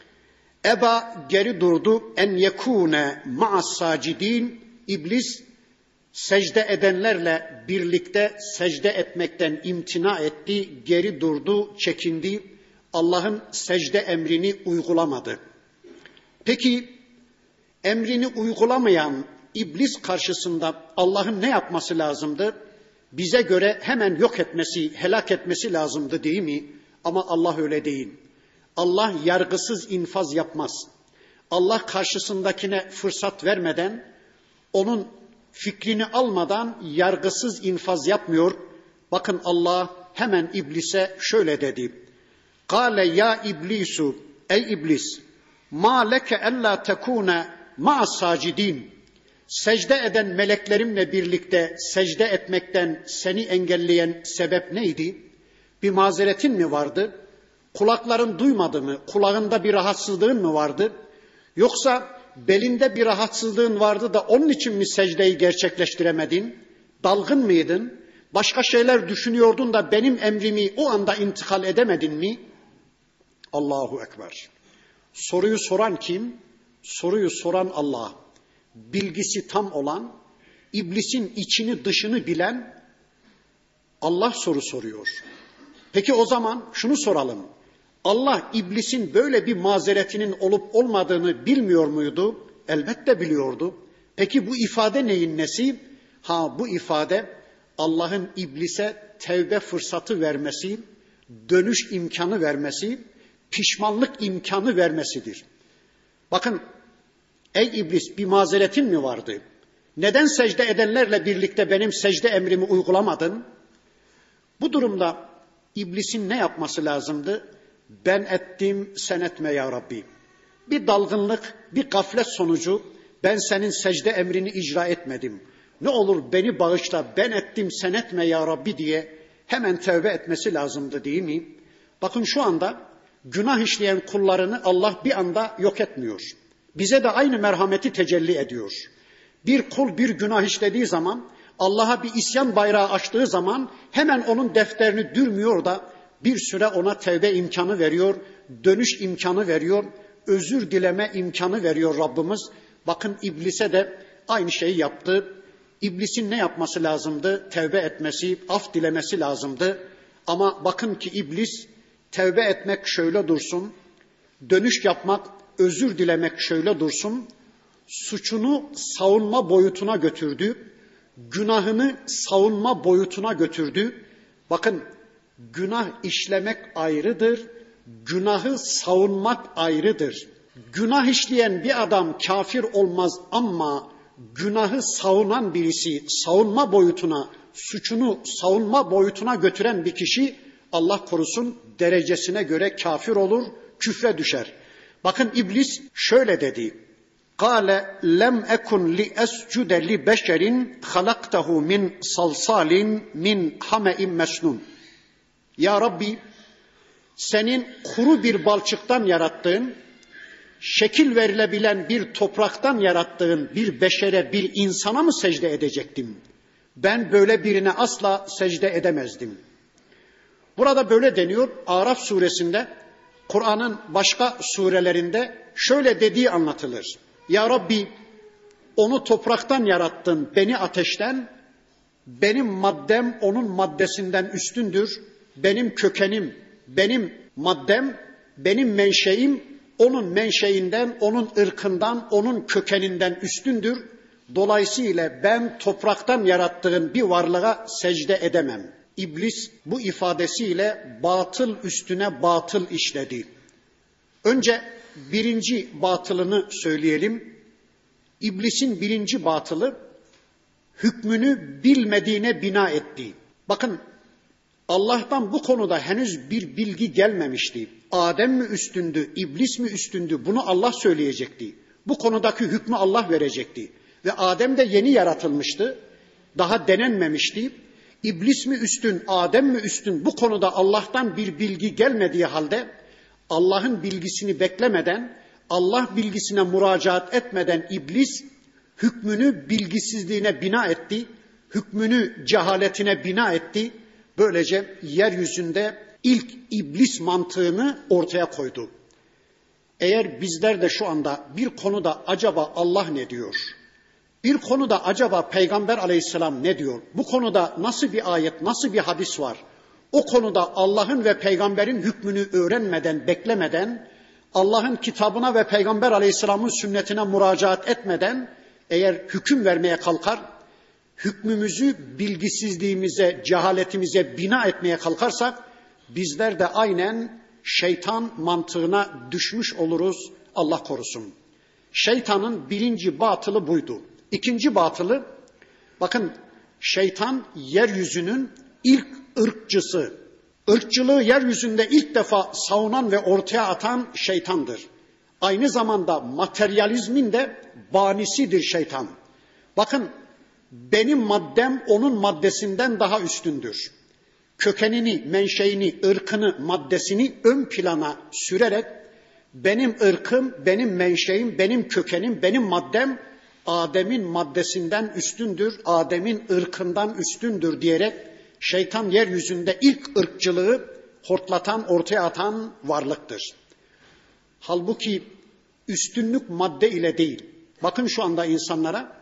Eba geri durdu. En yekune ma'as sacidin. İblis secde edenlerle birlikte secde etmekten imtina etti, geri durdu, çekindi. Allah'ın secde emrini uygulamadı. Peki emrini uygulamayan iblis karşısında Allah'ın ne yapması lazımdı? Bize göre hemen yok etmesi, helak etmesi lazımdı değil mi? Ama Allah öyle değil. Allah yargısız infaz yapmaz. Allah karşısındakine fırsat vermeden, onun fikrini almadan yargısız infaz yapmıyor. Bakın Allah hemen iblise şöyle dedi. Kâle ya iblisu, ey iblis, ma leke ella tekûne ma'as sacidin. Secde eden meleklerimle birlikte secde etmekten seni engelleyen sebep neydi? Bir mazeretin mi vardı? Kulakların duymadı mı? Kulağında bir rahatsızlığın mı vardı? Yoksa belinde bir rahatsızlığın vardı da onun için mi secdeyi gerçekleştiremedin? Dalgın mıydın? Başka şeyler düşünüyordun da benim emrimi o anda intikal edemedin mi? Allahu Ekber. Soruyu soran kim? Soruyu soran Allah. Bilgisi tam olan, iblisin içini dışını bilen Allah soru soruyor. Peki o zaman şunu soralım. Allah iblisin böyle bir mazeretinin olup olmadığını bilmiyor muydu? Elbette biliyordu. Peki bu ifade neyin nesi? Bu ifade Allah'ın iblise tevbe fırsatı vermesi, dönüş imkanı vermesi, pişmanlık imkanı vermesidir. Bakın, ey iblis, bir mazeretin mi vardı? Neden secde edenlerle birlikte benim secde emrimi uygulamadın? Bu durumda iblisin ne yapması lazımdı? Ben ettim, sen etme ya Rabbi. Bir dalgınlık, bir gaflet sonucu ben senin secde emrini icra etmedim. Ne olur beni bağışla, ben ettim, sen etme ya Rabbi diye hemen tövbe etmesi lazımdı değil mi? Bakın şu anda günah işleyen kullarını Allah bir anda yok etmiyor. Bize de aynı merhameti tecelli ediyor. Bir kul bir günah işlediği zaman, Allah'a bir isyan bayrağı açtığı zaman hemen onun defterini dürmüyor da bir süre ona tevbe imkanı veriyor, dönüş imkanı veriyor, özür dileme imkanı veriyor Rabbimiz. Bakın iblise de aynı şeyi yaptı. İblisin ne yapması lazımdı? Tevbe etmesi, af dilemesi lazımdı. Ama bakın ki iblis tevbe etmek şöyle dursun, dönüş yapmak, özür dilemek şöyle dursun, suçunu savunma boyutuna götürdü, günahını savunma boyutuna götürdü. Bakın, günah işlemek ayrıdır, günahı savunmak ayrıdır. Günah işleyen bir adam kafir olmaz ama günahı savunan birisi, savunma boyutuna, suçunu savunma boyutuna götüren bir kişi Allah korusun derecesine göre kafir olur, küfre düşer. Bakın iblis şöyle dedi. Kâle lem ekun li escude li beşerin halaktahu min salsalin min hame'in mesnun. Ya Rabbi, senin kuru bir balçıktan yarattığın, şekil verilebilen bir topraktan yarattığın bir beşere, bir insana mı secde edecektim? Ben böyle birine asla secde edemezdim. Burada böyle deniyor. Araf suresinde, Kur'an'ın başka surelerinde şöyle dediği anlatılır. Ya Rabbi, onu topraktan yarattın, beni ateşten, benim maddem onun maddesinden üstündür, benim kökenim, benim maddem, benim menşeim onun menşeinden, onun ırkından, onun kökeninden üstündür. Dolayısıyla ben topraktan yarattığın bir varlığa secde edemem. İblis bu ifadesiyle batıl üstüne batıl işledi. Önce birinci batılını söyleyelim. İblisin birinci batılı hükmünü bilmediğine bina etti. Bakın, Allah'tan bu konuda henüz bir bilgi gelmemişti. Adem mi üstündü, iblis mi üstündü? Bunu Allah söyleyecekti. Bu konudaki hükmü Allah verecekti. Ve Adem de yeni yaratılmıştı. Daha denenmemişti. İblis mi üstün, Adem mi üstün? Bu konuda Allah'tan bir bilgi gelmediği halde Allah'ın bilgisini beklemeden, Allah bilgisine müracaat etmeden iblis hükmünü bilgisizliğine bina etti. Hükmünü cehaletine bina etti. Böylece yeryüzünde ilk iblis mantığını ortaya koydu. Eğer bizler de şu anda bir konuda acaba Allah ne diyor? Bir konuda acaba Peygamber Aleyhisselam ne diyor? Bu konuda nasıl bir ayet, nasıl bir hadis var? O konuda Allah'ın ve Peygamber'in hükmünü öğrenmeden, beklemeden, Allah'ın kitabına ve Peygamber Aleyhisselam'ın sünnetine müracaat etmeden eğer hüküm vermeye kalkar, hükmümüzü bilgisizliğimize, cehaletimize bina etmeye kalkarsak, bizler de aynen şeytan mantığına düşmüş oluruz, Allah korusun. Şeytanın birinci batılı buydu. İkinci batılı, bakın, şeytan yeryüzünün ilk ırkçısı. Irkçılığı yeryüzünde ilk defa savunan ve ortaya atan şeytandır. Aynı zamanda materyalizmin de banisidir şeytan. Bakın, benim maddem onun maddesinden daha üstündür. Kökenini, menşeini, ırkını, maddesini ön plana sürerek benim ırkım, benim menşeim, benim kökenim, benim maddem Adem'in maddesinden üstündür, Adem'in ırkından üstündür diyerek Şeytan yeryüzünde ilk ırkçılığı hortlatan, ortaya atan varlıktır. Halbuki üstünlük madde ile değil. Bakın şu anda insanlara,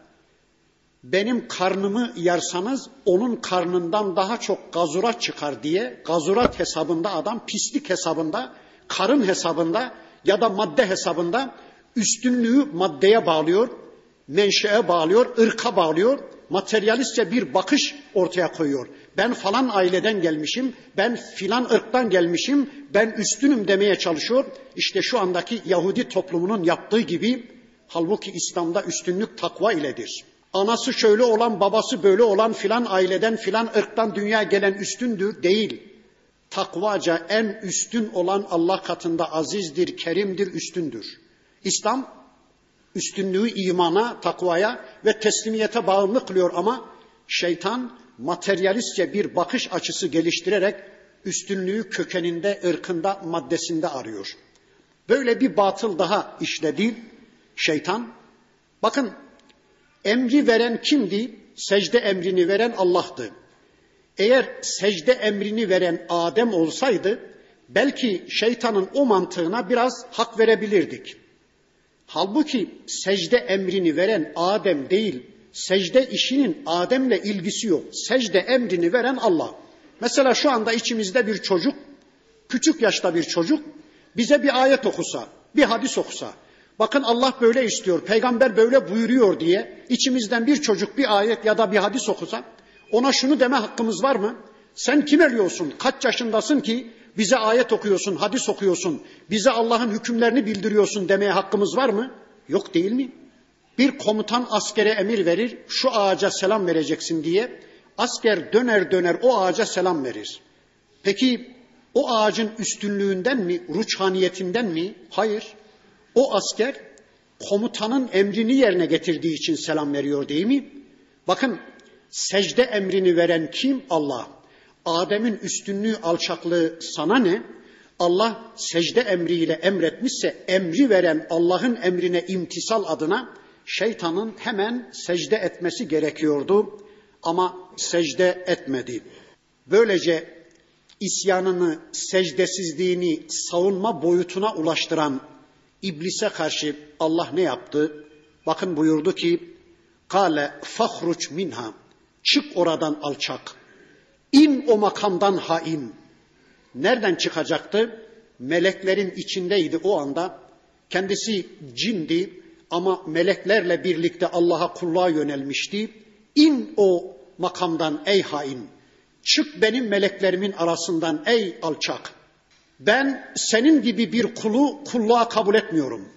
benim karnımı yarsanız onun karnından daha çok gazurat çıkar diye, gazurat hesabında adam, pislik hesabında, karın hesabında ya da madde hesabında üstünlüğü maddeye bağlıyor, menşeye bağlıyor, ırka bağlıyor, materyalistçe bir bakış ortaya koyuyor. Ben falan aileden gelmişim, ben filan ırktan gelmişim, ben üstünüm demeye çalışıyor. İşte şu andaki Yahudi toplumunun yaptığı gibi. Halbuki İslam'da üstünlük takva iledir. Anası şöyle olan, babası böyle olan, filan aileden, filan ırktan dünyaya gelen üstündür, değil. Takvaca en üstün olan Allah katında azizdir, kerimdir, üstündür. İslam üstünlüğü imana, takvaya ve teslimiyete bağımlı kılıyor ama şeytan materyalistçe bir bakış açısı geliştirerek üstünlüğü kökeninde, ırkında, maddesinde arıyor. Böyle bir batıl daha işledi şeytan. Bakın, emri veren kimdi? Secde emrini veren Allah'tı. Eğer secde emrini veren Adem olsaydı belki şeytanın o mantığına biraz hak verebilirdik. Halbuki secde emrini veren Adem değil, secde işinin Adem'le ilgisi yok. Secde emrini veren Allah. Mesela şu anda içimizde bir çocuk, küçük yaşta bir çocuk bize bir ayet okusa, bir hadis okusa, bakın Allah böyle istiyor, peygamber böyle buyuruyor diye içimizden bir çocuk bir ayet ya da bir hadis okusa, ona şunu deme hakkımız var mı? Sen kim eliyorsun? Kaç yaşındasın ki bize ayet okuyorsun, hadis okuyorsun, bize Allah'ın hükümlerini bildiriyorsun demeye hakkımız var mı? Yok, değil mi? Bir komutan askere emir verir, şu ağaca selam vereceksin diye. Asker döner döner o ağaca selam verir. Peki o ağacın üstünlüğünden mi, ruçhaniyetinden mi? Hayır. O asker komutanın emrini yerine getirdiği için selam veriyor, değil mi? Bakın, secde emrini veren kim? Allah. Adem'in üstünlüğü, alçaklığı sana ne? Allah secde emriyle emretmişse emri veren Allah'ın emrine imtisal adına şeytanın hemen secde etmesi gerekiyordu ama secde etmedi. Böylece isyanını, secdesizliğini savunma boyutuna ulaştıran İblise karşı Allah ne yaptı? Bakın buyurdu ki, "Kâle fahruç minha." Çık oradan alçak. İn o makamdan hain. Nereden çıkacaktı? Meleklerin içindeydi o anda. Kendisi cindi ama meleklerle birlikte Allah'a kulluğa yönelmişti. İn o makamdan ey hain. Çık benim meleklerimin arasından ey alçak. Ben senin gibi bir kulu kulluğa kabul etmiyorum.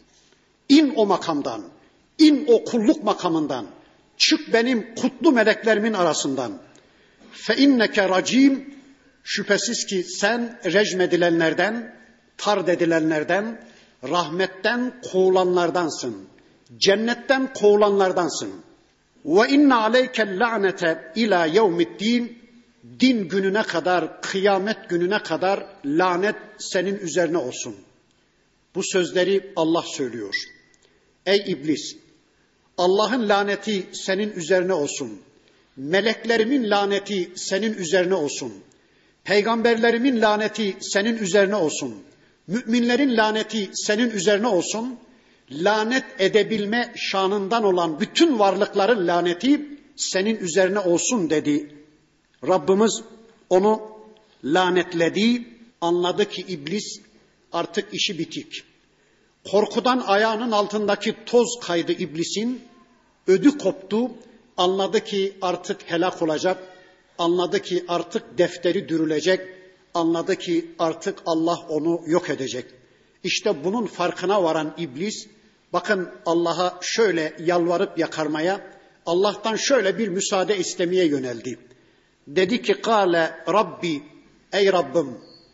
İn o makamdan, in o kulluk makamından. Çık benim kutlu meleklerimin arasından. Fe inneke racim, şüphesiz ki sen rejmedilenlerden, tard edilenlerden, rahmetten kovulanlardansın. Cennetten kovulanlardansın. Ve inne aleykel la'nete ila yevmiddin, din gününe kadar, kıyamet gününe kadar lanet senin üzerine olsun. Bu sözleri Allah söylüyor. Ey iblis, Allah'ın laneti senin üzerine olsun. Meleklerimin laneti senin üzerine olsun. Peygamberlerimin laneti senin üzerine olsun. Müminlerin laneti senin üzerine olsun. Lanet edebilme şanından olan bütün varlıkların laneti senin üzerine olsun dedi. Rabbimiz onu lanetledi. Anladı ki iblis artık işi bitik. Korkudan ayağının altındaki toz kaydı iblisin. Ödü koptu. Anladı ki artık helak olacak. Anladı ki artık defteri dürülecek. Anladı ki artık Allah onu yok edecek. İşte bunun farkına varan iblis, bakın Allah'a şöyle yalvarıp yakarmaya, Allah'tan şöyle bir müsaade istemeye yöneldi. Dedi ki, "Kâle Rabbi, ey Rabbim."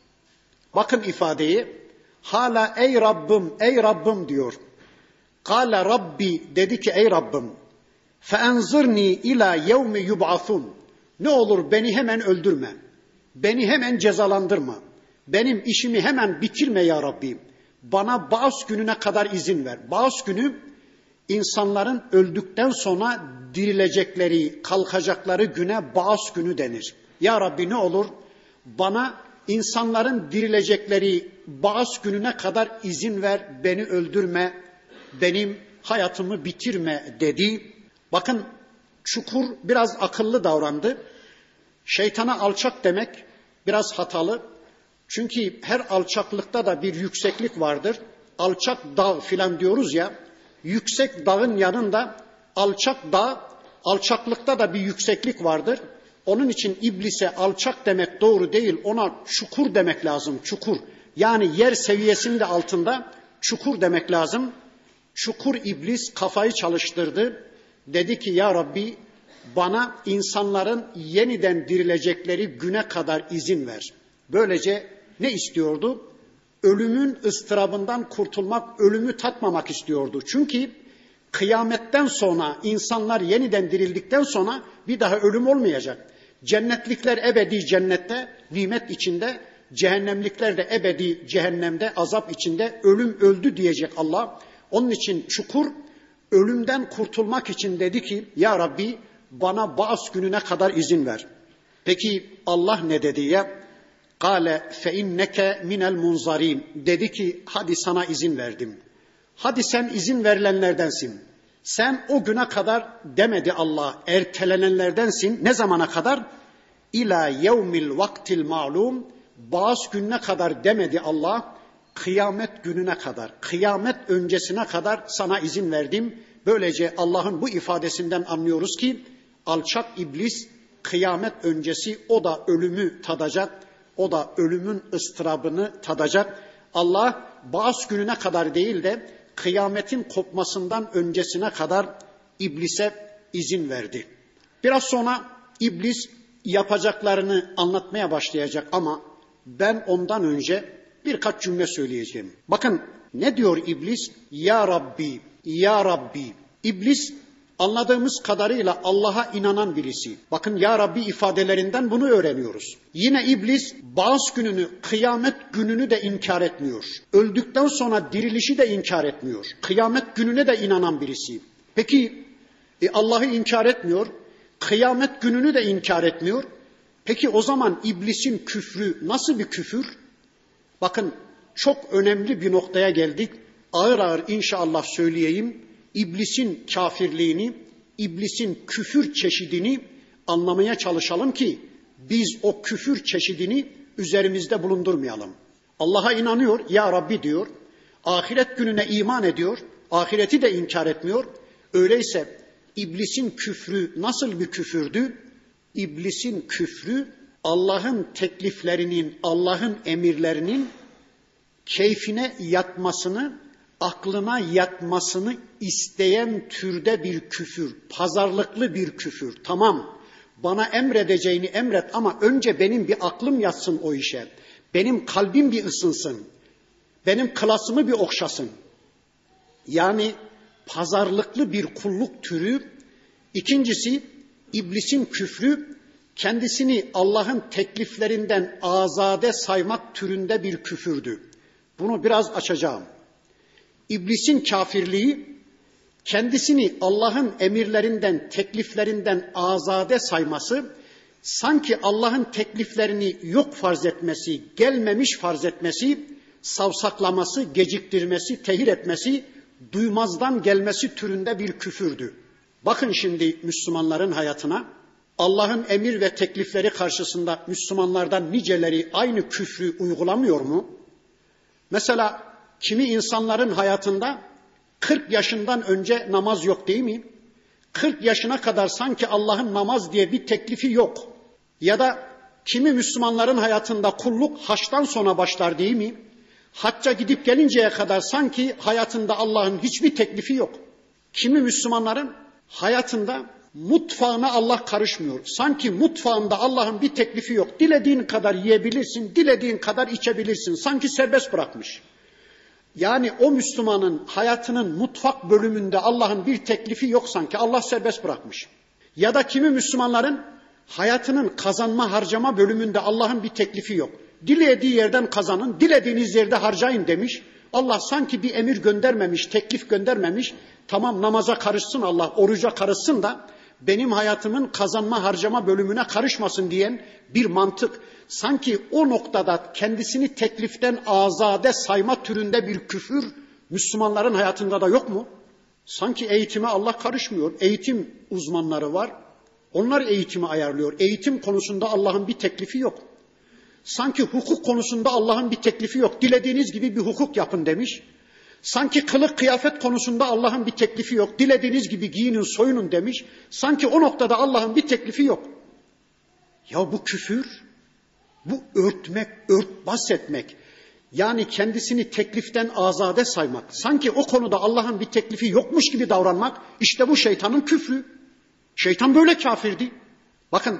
Bakın ifadeyi, hala ey Rabbim, ey Rabbim diyor. "Kâle Rabbi," dedi ki ey Rabbim. "Feenzirni ila yevmi yub'athun." Ne olur beni hemen öldürme. Beni hemen cezalandırma. Benim işimi hemen bitirme ya Rabbi. Bana Baas gününe kadar izin ver. Baas günü insanların öldükten sonra dirilecekleri, kalkacakları güne Baas günü denir. Ya Rabbi ne olur bana insanların dirilecekleri Ba'as gününe kadar izin ver, beni öldürme, benim hayatımı bitirme dedi. Bakın Çukur biraz akıllı davrandı. Şeytana alçak demek biraz hatalı. Çünkü her alçaklıkta da bir yükseklik vardır. Alçak dağ filan diyoruz ya, yüksek dağın yanında alçak dağ, alçaklıkta da bir yükseklik vardır. Onun için iblise alçak demek doğru değil, ona çukur demek lazım, çukur. Yani yer seviyesinin de altında çukur demek lazım. Çukur iblis kafayı çalıştırdı. Dedi ki ya Rabbi bana insanların yeniden dirilecekleri güne kadar izin ver. Böylece ne istiyordu? Ölümün ıstırabından kurtulmak, ölümü tatmamak istiyordu. Çünkü kıyametten sonra insanlar yeniden dirildikten sonra bir daha ölüm olmayacak. Cennetlikler ebedi cennette, nimet içinde, cehennemlikler de ebedi cehennemde, azap içinde, ölüm öldü diyecek Allah. Onun için çukur ölümden kurtulmak için dedi ki ya Rabbi bana Ba'as gününe kadar izin ver. Peki Allah ne dedi ya? Kale fe inneke minel munzarin. Dedi ki hadi sana izin verdim. Hadi sen izin verilenlerdensin. Sen o güne kadar demedi Allah, ertelenenlerdensin. Ne zamana kadar? İlâ yevmil vaktil ma'lum. Ba'as gününe kadar demedi Allah. Kıyamet gününe kadar, kıyamet öncesine kadar sana izin verdim. Böylece Allah'ın bu ifadesinden anlıyoruz ki alçak iblis kıyamet öncesi o da ölümü tadacak. O da ölümün ıstırabını tadacak. Allah Ba'as gününe kadar değil de kıyametin kopmasından öncesine kadar iblise izin verdi. Biraz sonra iblis yapacaklarını anlatmaya başlayacak ama ben ondan önce birkaç cümle söyleyeceğim. Bakın ne diyor iblis? Ya Rabbi, Ya Rabbi. İblis anladığımız kadarıyla Allah'a inanan birisi. Bakın Ya Rabbi ifadelerinden bunu öğreniyoruz. Yine iblis Ba'as gününü, kıyamet gününü de inkar etmiyor. Öldükten sonra dirilişi de inkar etmiyor. Kıyamet gününe de inanan birisi. Peki Allah'ı inkar etmiyor, kıyamet gününü de inkar etmiyor. Peki o zaman iblisin küfrü nasıl bir küfür? Bakın çok önemli bir noktaya geldik. Ağır ağır inşallah söyleyeyim. İblisin kafirliğini, iblisin küfür çeşidini anlamaya çalışalım ki biz o küfür çeşidini üzerimizde bulundurmayalım. Allah'a inanıyor, Ya Rabbi diyor. Ahiret gününe iman ediyor, ahireti de inkar etmiyor. Öyleyse iblisin küfrü nasıl bir küfürdü? İblisin küfrü Allah'ın tekliflerinin, Allah'ın emirlerinin keyfine yatmasını, aklına yatmasını isteyen türde bir küfür, pazarlıklı bir küfür. Tamam, bana emredeceğini emret ama önce benim bir aklım yatsın o işe. Benim kalbim bir ısınsın. Benim klasımı bir okşasın. Yani pazarlıklı bir kulluk türü. İkincisi, iblisin küfrü, kendisini Allah'ın tekliflerinden azade saymak türünde bir küfürdü. Bunu biraz açacağım. İblisin kafirliği, kendisini Allah'ın emirlerinden, tekliflerinden azade sayması, sanki Allah'ın tekliflerini yok farz etmesi, gelmemiş farz etmesi, savsaklaması, geciktirmesi, tehir etmesi, duymazdan gelmesi türünde bir küfürdü. Bakın şimdi Müslümanların hayatına, Allah'ın emir ve teklifleri karşısında Müslümanlardan niceleri aynı küfrü uygulamıyor mu? Mesela kimi insanların hayatında 40 yaşından önce namaz yok değil mi? 40 yaşına kadar sanki Allah'ın namaz diye bir teklifi yok. Ya da kimi Müslümanların hayatında kulluk haçtan sonra başlar değil mi? Hacca gidip gelinceye kadar sanki hayatında Allah'ın hiçbir teklifi yok. Kimi Müslümanların hayatında mutfağına Allah karışmıyor. Sanki mutfağında Allah'ın bir teklifi yok. Dilediğin kadar yiyebilirsin, dilediğin kadar içebilirsin. Sanki serbest bırakmış. Yani o Müslümanın hayatının mutfak bölümünde Allah'ın bir teklifi yok sanki. Allah serbest bırakmış. Ya da kimi Müslümanların hayatının kazanma harcama bölümünde Allah'ın bir teklifi yok. Dilediği yerden kazanın, dilediğiniz yerde harcayın demiş. Allah sanki bir emir göndermemiş, teklif göndermemiş. Tamam namaza karışsın Allah, oruca karışsın da benim hayatımın kazanma harcama bölümüne karışmasın diyen bir mantık. Sanki o noktada kendisini tekliften azade sayma türünde bir küfür Müslümanların hayatında da yok mu? Sanki eğitime Allah karışmıyor. Eğitim uzmanları var. Onlar eğitimi ayarlıyor. Eğitim konusunda Allah'ın bir teklifi yok. Sanki hukuk konusunda Allah'ın bir teklifi yok. Dilediğiniz gibi bir hukuk yapın demiş. Sanki kılık kıyafet konusunda Allah'ın bir teklifi yok. Dilediğiniz gibi giyinin soyunun demiş. Sanki o noktada Allah'ın bir teklifi yok. Ya bu küfür, bu örtmek, örtbas etmek. Yani kendisini tekliften azade saymak. Sanki o konuda Allah'ın bir teklifi yokmuş gibi davranmak. İşte bu şeytanın küfrü. Şeytan böyle kafirdi. Bakın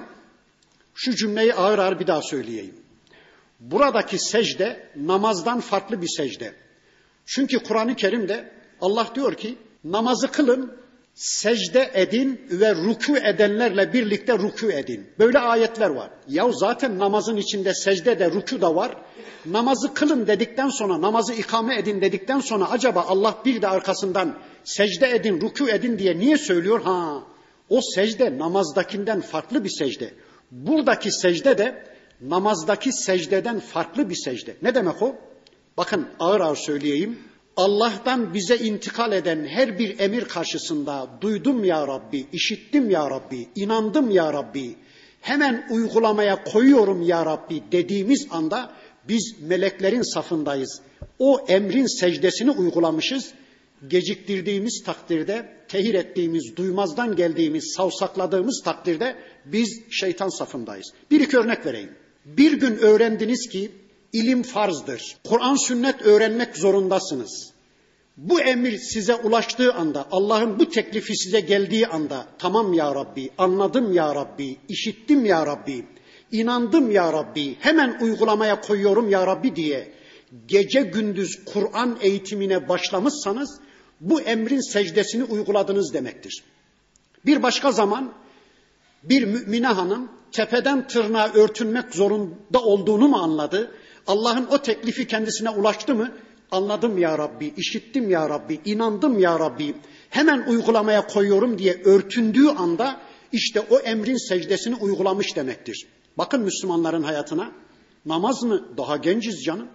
şu cümleyi ağır ağır bir daha söyleyeyim. Buradaki secde namazdan farklı bir secde. Çünkü Kur'an-ı Kerim'de Allah diyor ki namazı kılın, secde edin ve rükû edenlerle birlikte rükû edin. Böyle ayetler var. Ya zaten namazın içinde secde de rükû da var. Namazı kılın dedikten sonra, namazı ikame edin dedikten sonra acaba Allah bir de arkasından secde edin, rükû edin diye niye söylüyor? O secde namazdakinden farklı bir secde. Buradaki secde de namazdaki secdeden farklı bir secde. Ne demek o? Bakın ağır ağır söyleyeyim. Allah'tan bize intikal eden her bir emir karşısında duydum ya Rabbi, işittim ya Rabbi, inandım ya Rabbi, hemen uygulamaya koyuyorum ya Rabbi dediğimiz anda biz meleklerin safındayız. O emrin secdesini uygulamışız. Geciktirdiğimiz takdirde, tehir ettiğimiz, duymazdan geldiğimiz, savsakladığımız takdirde biz şeytan safındayız. Bir iki örnek vereyim. Bir gün öğrendiniz ki İlim farzdır. Kur'an sünnet öğrenmek zorundasınız. Bu emir size ulaştığı anda, Allah'ın bu teklifi size geldiği anda, tamam ya Rabbi, anladım ya Rabbi, işittim ya Rabbi, inandım ya Rabbi, hemen uygulamaya koyuyorum ya Rabbi diye gece gündüz Kur'an eğitimine başlamışsanız bu emrin secdesini uyguladınız demektir. Bir başka zaman bir mümine hanım tepeden tırnağa örtünmek zorunda olduğunu mu anladı? Allah'ın o teklifi kendisine ulaştı mı? Anladım ya Rabbi, işittim ya Rabbi, inandım ya Rabbi, hemen uygulamaya koyuyorum diye örtündüğü anda işte o emrin secdesini uygulamış demektir. Bakın Müslümanların hayatına. Namaz mı? Daha genciz canım.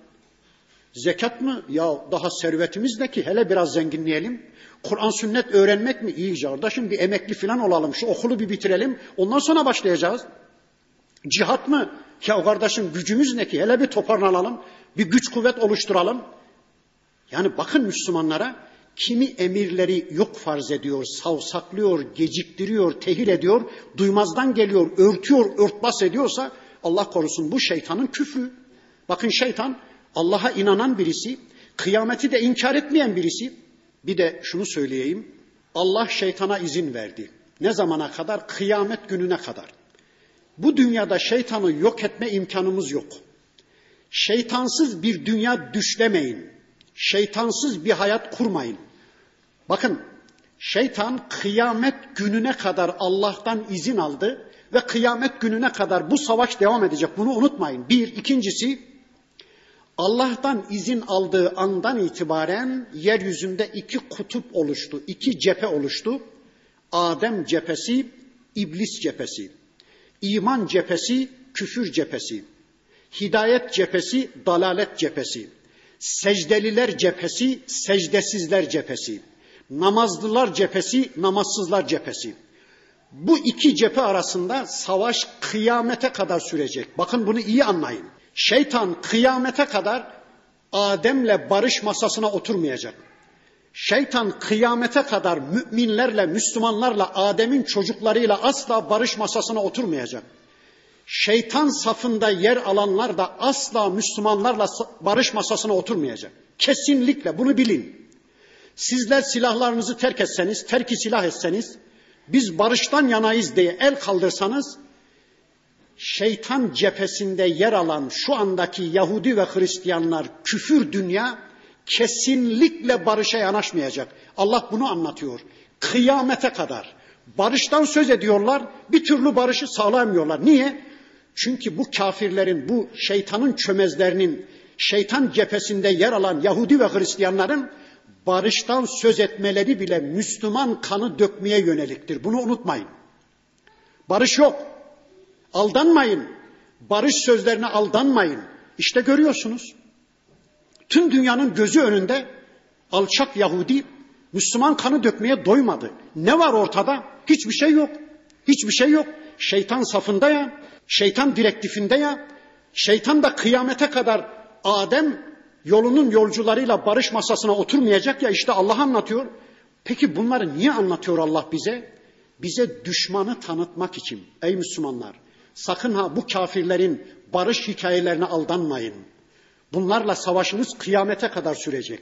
Zekat mı? Ya daha servetimiz ne ki? Hele biraz zenginleyelim. Kur'an sünnet öğrenmek mi? İyi kardeşim bir emekli falan olalım. Şu okulu bir bitirelim. Ondan sonra başlayacağız. Cihat mı? Ya kardeşim gücümüz ne ki? Hele bir toparlanalım. Bir güç kuvvet oluşturalım. Yani bakın Müslümanlara kimi emirleri yok farz ediyor, savsaklıyor, geciktiriyor, tehir ediyor, duymazdan geliyor, örtüyor, örtbas ediyorsa Allah korusun bu şeytanın küfrü. Bakın şeytan Allah'a inanan birisi, kıyameti de inkar etmeyen birisi. Bir de şunu söyleyeyim, Allah şeytana izin verdi. Ne zamana kadar? Kıyamet gününe kadar. Bu dünyada şeytanı yok etme imkanımız yok. Şeytansız bir dünya düşlemeyin. Şeytansız bir hayat kurmayın. Bakın şeytan kıyamet gününe kadar Allah'tan izin aldı ve kıyamet gününe kadar bu savaş devam edecek. Bunu unutmayın. Bir, ikincisi Allah'tan izin aldığı andan itibaren yeryüzünde iki kutup oluştu, iki cephe oluştu. Adem cephesi, iblis cephesi. İman cephesi, küfür cephesi. Hidayet cephesi, dalalet cephesi. Secdeliler cephesi, secdesizler cephesi. Namazlılar cephesi, namazsızlar cephesi. Bu iki cephe arasında savaş kıyamete kadar sürecek. Bakın bunu iyi anlayın. Şeytan kıyamete kadar Adem'le barış masasına oturmayacak. Şeytan kıyamete kadar müminlerle, Müslümanlarla, Adem'in çocuklarıyla asla barış masasına oturmayacak. Şeytan safında yer alanlar da asla Müslümanlarla barış masasına oturmayacak. Kesinlikle bunu bilin. Sizler silahlarınızı terk etseniz, terk-i silah etseniz, biz barıştan yanayız diye el kaldırsanız, şeytan cephesinde yer alan şu andaki Yahudi ve Hristiyanlar, küfür dünya kesinlikle barışa yanaşmayacak. Allah bunu anlatıyor. Kıyamete kadar barıştan söz ediyorlar, bir türlü barışı sağlayamıyorlar. Niye? Çünkü bu kafirlerin, bu şeytanın çömezlerinin, şeytan cephesinde yer alan Yahudi ve Hristiyanların barıştan söz etmeleri bile Müslüman kanı dökmeye yöneliktir. Bunu unutmayın. Barış yok. Aldanmayın. Barış sözlerine aldanmayın. İşte görüyorsunuz. Tüm dünyanın gözü önünde alçak Yahudi Müslüman kanı dökmeye doymadı. Ne var ortada? Hiçbir şey yok. Hiçbir şey yok. Şeytan safında ya, şeytan direktifinde ya, şeytan da kıyamete kadar Adem yolunun yolcularıyla barış masasına oturmayacak ya, işte Allah anlatıyor. Peki bunları niye anlatıyor Allah bize? Bize düşmanı tanıtmak için. Ey Müslümanlar, sakın ha bu kafirlerin barış hikayelerine aldanmayın. Bunlarla savaşınız kıyamete kadar sürecek.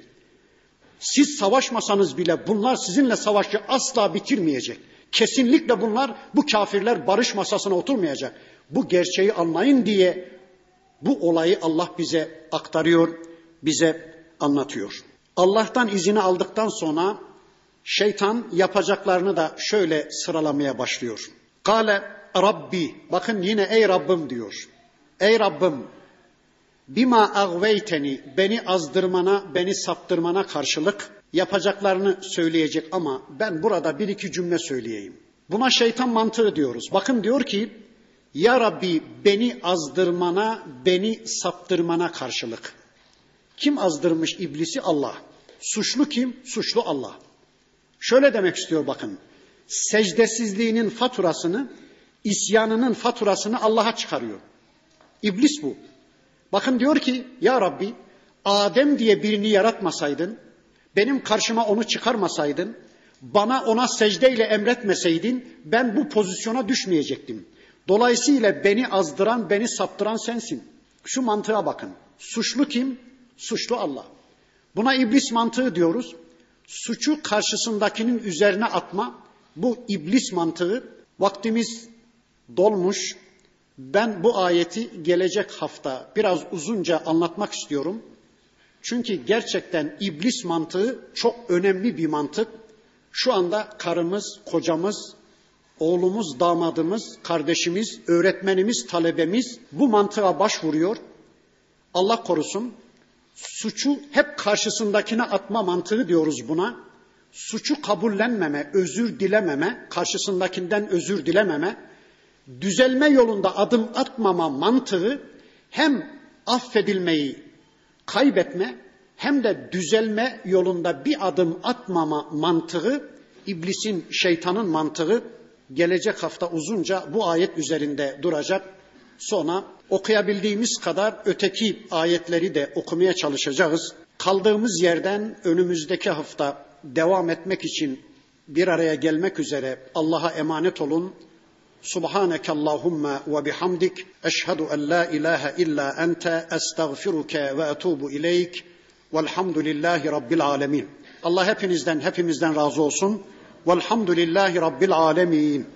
Siz savaşmasanız bile bunlar sizinle savaşı asla bitirmeyecek. Kesinlikle bunlar, bu kafirler barış masasına oturmayacak. Bu gerçeği anlayın diye bu olayı Allah bize aktarıyor, bize anlatıyor. Allah'tan izini aldıktan sonra şeytan yapacaklarını da şöyle sıralamaya başlıyor. Kale Rabbi, bakın yine ey Rabbim diyor. Ey Rabbim, bima agveyteni, beni azdırmana, beni saptırmana karşılık yapacaklarını söyleyecek ama ben burada bir iki cümle söyleyeyim. Buna şeytan mantığı diyoruz. Bakın diyor ki, ya Rabbi beni azdırmana, beni saptırmana karşılık. Kim azdırmış iblisi? Allah. Suçlu kim? Suçlu Allah. Şöyle demek istiyor bakın. Secdesizliğinin faturasını, isyanının faturasını Allah'a çıkarıyor. İblis bu. Bakın diyor ki, ya Rabbi Adem diye birini yaratmasaydın, benim karşıma onu çıkarmasaydın, bana ona secdeyle emretmeseydin ben bu pozisyona düşmeyecektim. Dolayısıyla beni azdıran, beni saptıran sensin. Şu mantığa bakın. Suçlu kim? Suçlu Allah. Buna iblis mantığı diyoruz. Suçu karşısındakinin üzerine atma, bu iblis mantığı. Vaktimiz dolmuş. Ben bu ayeti gelecek hafta biraz uzunca anlatmak istiyorum. Çünkü gerçekten iblis mantığı çok önemli bir mantık. Şu anda karımız, kocamız, oğlumuz, damadımız, kardeşimiz, öğretmenimiz, talebemiz bu mantığa başvuruyor. Allah korusun. Suçu hep karşısındakine atma mantığı diyoruz buna. Suçu kabullenmeme, özür dilememe, karşısındakinden özür dilememe, düzelme yolunda adım atmama mantığı hem affedilmeyi kaybetme hem de düzelme yolunda bir adım atmama mantığı, iblisin, şeytanın mantığı. Gelecek hafta uzunca bu ayet üzerinde duracak. Sonra okuyabildiğimiz kadar öteki ayetleri de okumaya çalışacağız. Kaldığımız yerden önümüzdeki hafta devam etmek için bir araya gelmek üzere Allah'a emanet olun. Subhaneke Allahumma ve bihamdik. Eşhedü en la ilahe illa ente estağfiruke ve etubu ileyk. Velhamdülillahi Rabbil alemin. Allah hepinizden razı olsun. Velhamdülillahi Rabbil alemin.